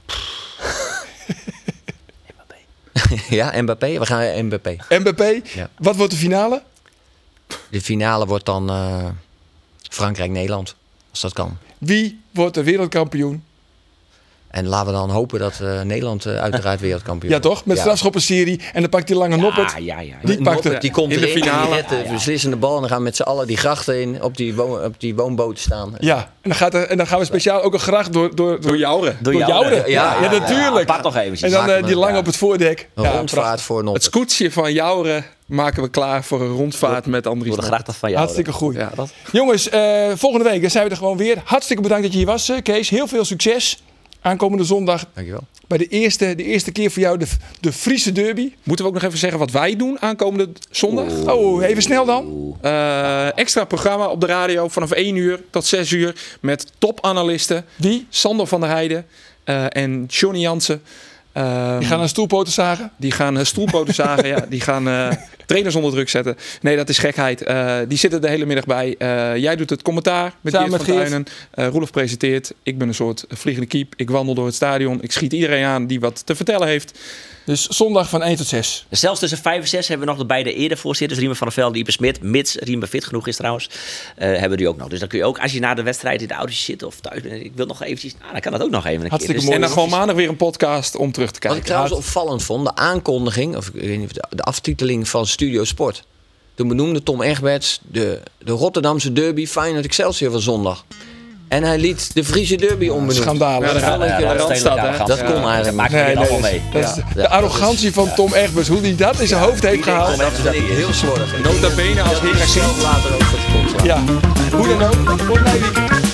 Ja, Mbappé. We gaan Mbappé. Mbappé. Ja. Wat wordt de finale? De finale wordt dan Frankrijk-Nederland. Als dat kan. Wie wordt de wereldkampioen? En laten we dan hopen dat Nederland uiteraard wereldkampioen wordt. Ja toch? Met strafschoppenserie. En dan pakt die lange Noppert. Die komt in de finale. De beslissende bal. En dan gaan we met z'n allen die grachten in. Op die woonboten staan. Ja. En dan gaan we speciaal ook een gracht door Jouren. Door Jouren. Ja, natuurlijk. Pak nog eventjes. En dan die lang op het voordek. Een rondvaart voor Noppert. Het scootje van Jouren maken we klaar voor een rondvaart met Andries. Voor de grachten van Jouren. Hartstikke goed. Ja, jongens, volgende week zijn we er gewoon weer. Hartstikke bedankt dat je hier was, Kees. Heel veel succes. Aankomende zondag. Dankjewel. Bij de eerste keer voor jou de Friese derby. Moeten we ook nog even zeggen wat wij doen aankomende zondag? Oh, even snel dan. Extra programma op de radio vanaf 1 uur tot 6 uur. Met topanalisten. Wie? Sander van der Heijden en Johnny Jansen. Die gaan een stoelpoten zagen? Die gaan stoelpoten zagen, ja. Die gaan trainers onder druk zetten. Nee, dat is gekheid. Die zitten de hele middag bij. Jij doet het commentaar met Geert van Tuinen. Roelof presenteert. Ik ben een soort vliegende kiep. Ik wandel door het stadion. Ik schiet iedereen aan die wat te vertellen heeft. Dus zondag van 1 tot 6. Zelfs tussen 5 en 6 hebben we nog de beide erevoorzitters. Riemer van der Velde, Ipe Smit. Mits Riemer fit genoeg is trouwens. Hebben we die ook nog. Dus dan kun je ook, als je na de wedstrijd in de auto zit of thuis bent. Ik wil nog eventjes. Dan kan dat ook nog even. Hartstikke keer. mooi. En dan gewoon maandag weer een podcast om terug te kijken. Wat ik trouwens opvallend vond. De aankondiging. Of ik weet niet, de aftiteling van Studio Sport. Toen benoemde Tom Egberts de Rotterdamse derby Feyenoord Excelsior van zondag. En hij liet de Friese derby onbenoemd. Schandalig. Dat kon eigenlijk. Maakt hij allemaal mee. Dat is de arrogantie van Tom Egbers. Hoe hij dat in zijn hoofd heeft gehaald. Dat vind ik heel slordig. Nota bene als Herakles. Later ook voor de sponsor. Ja, hoe dan ook. Tot mij weekend.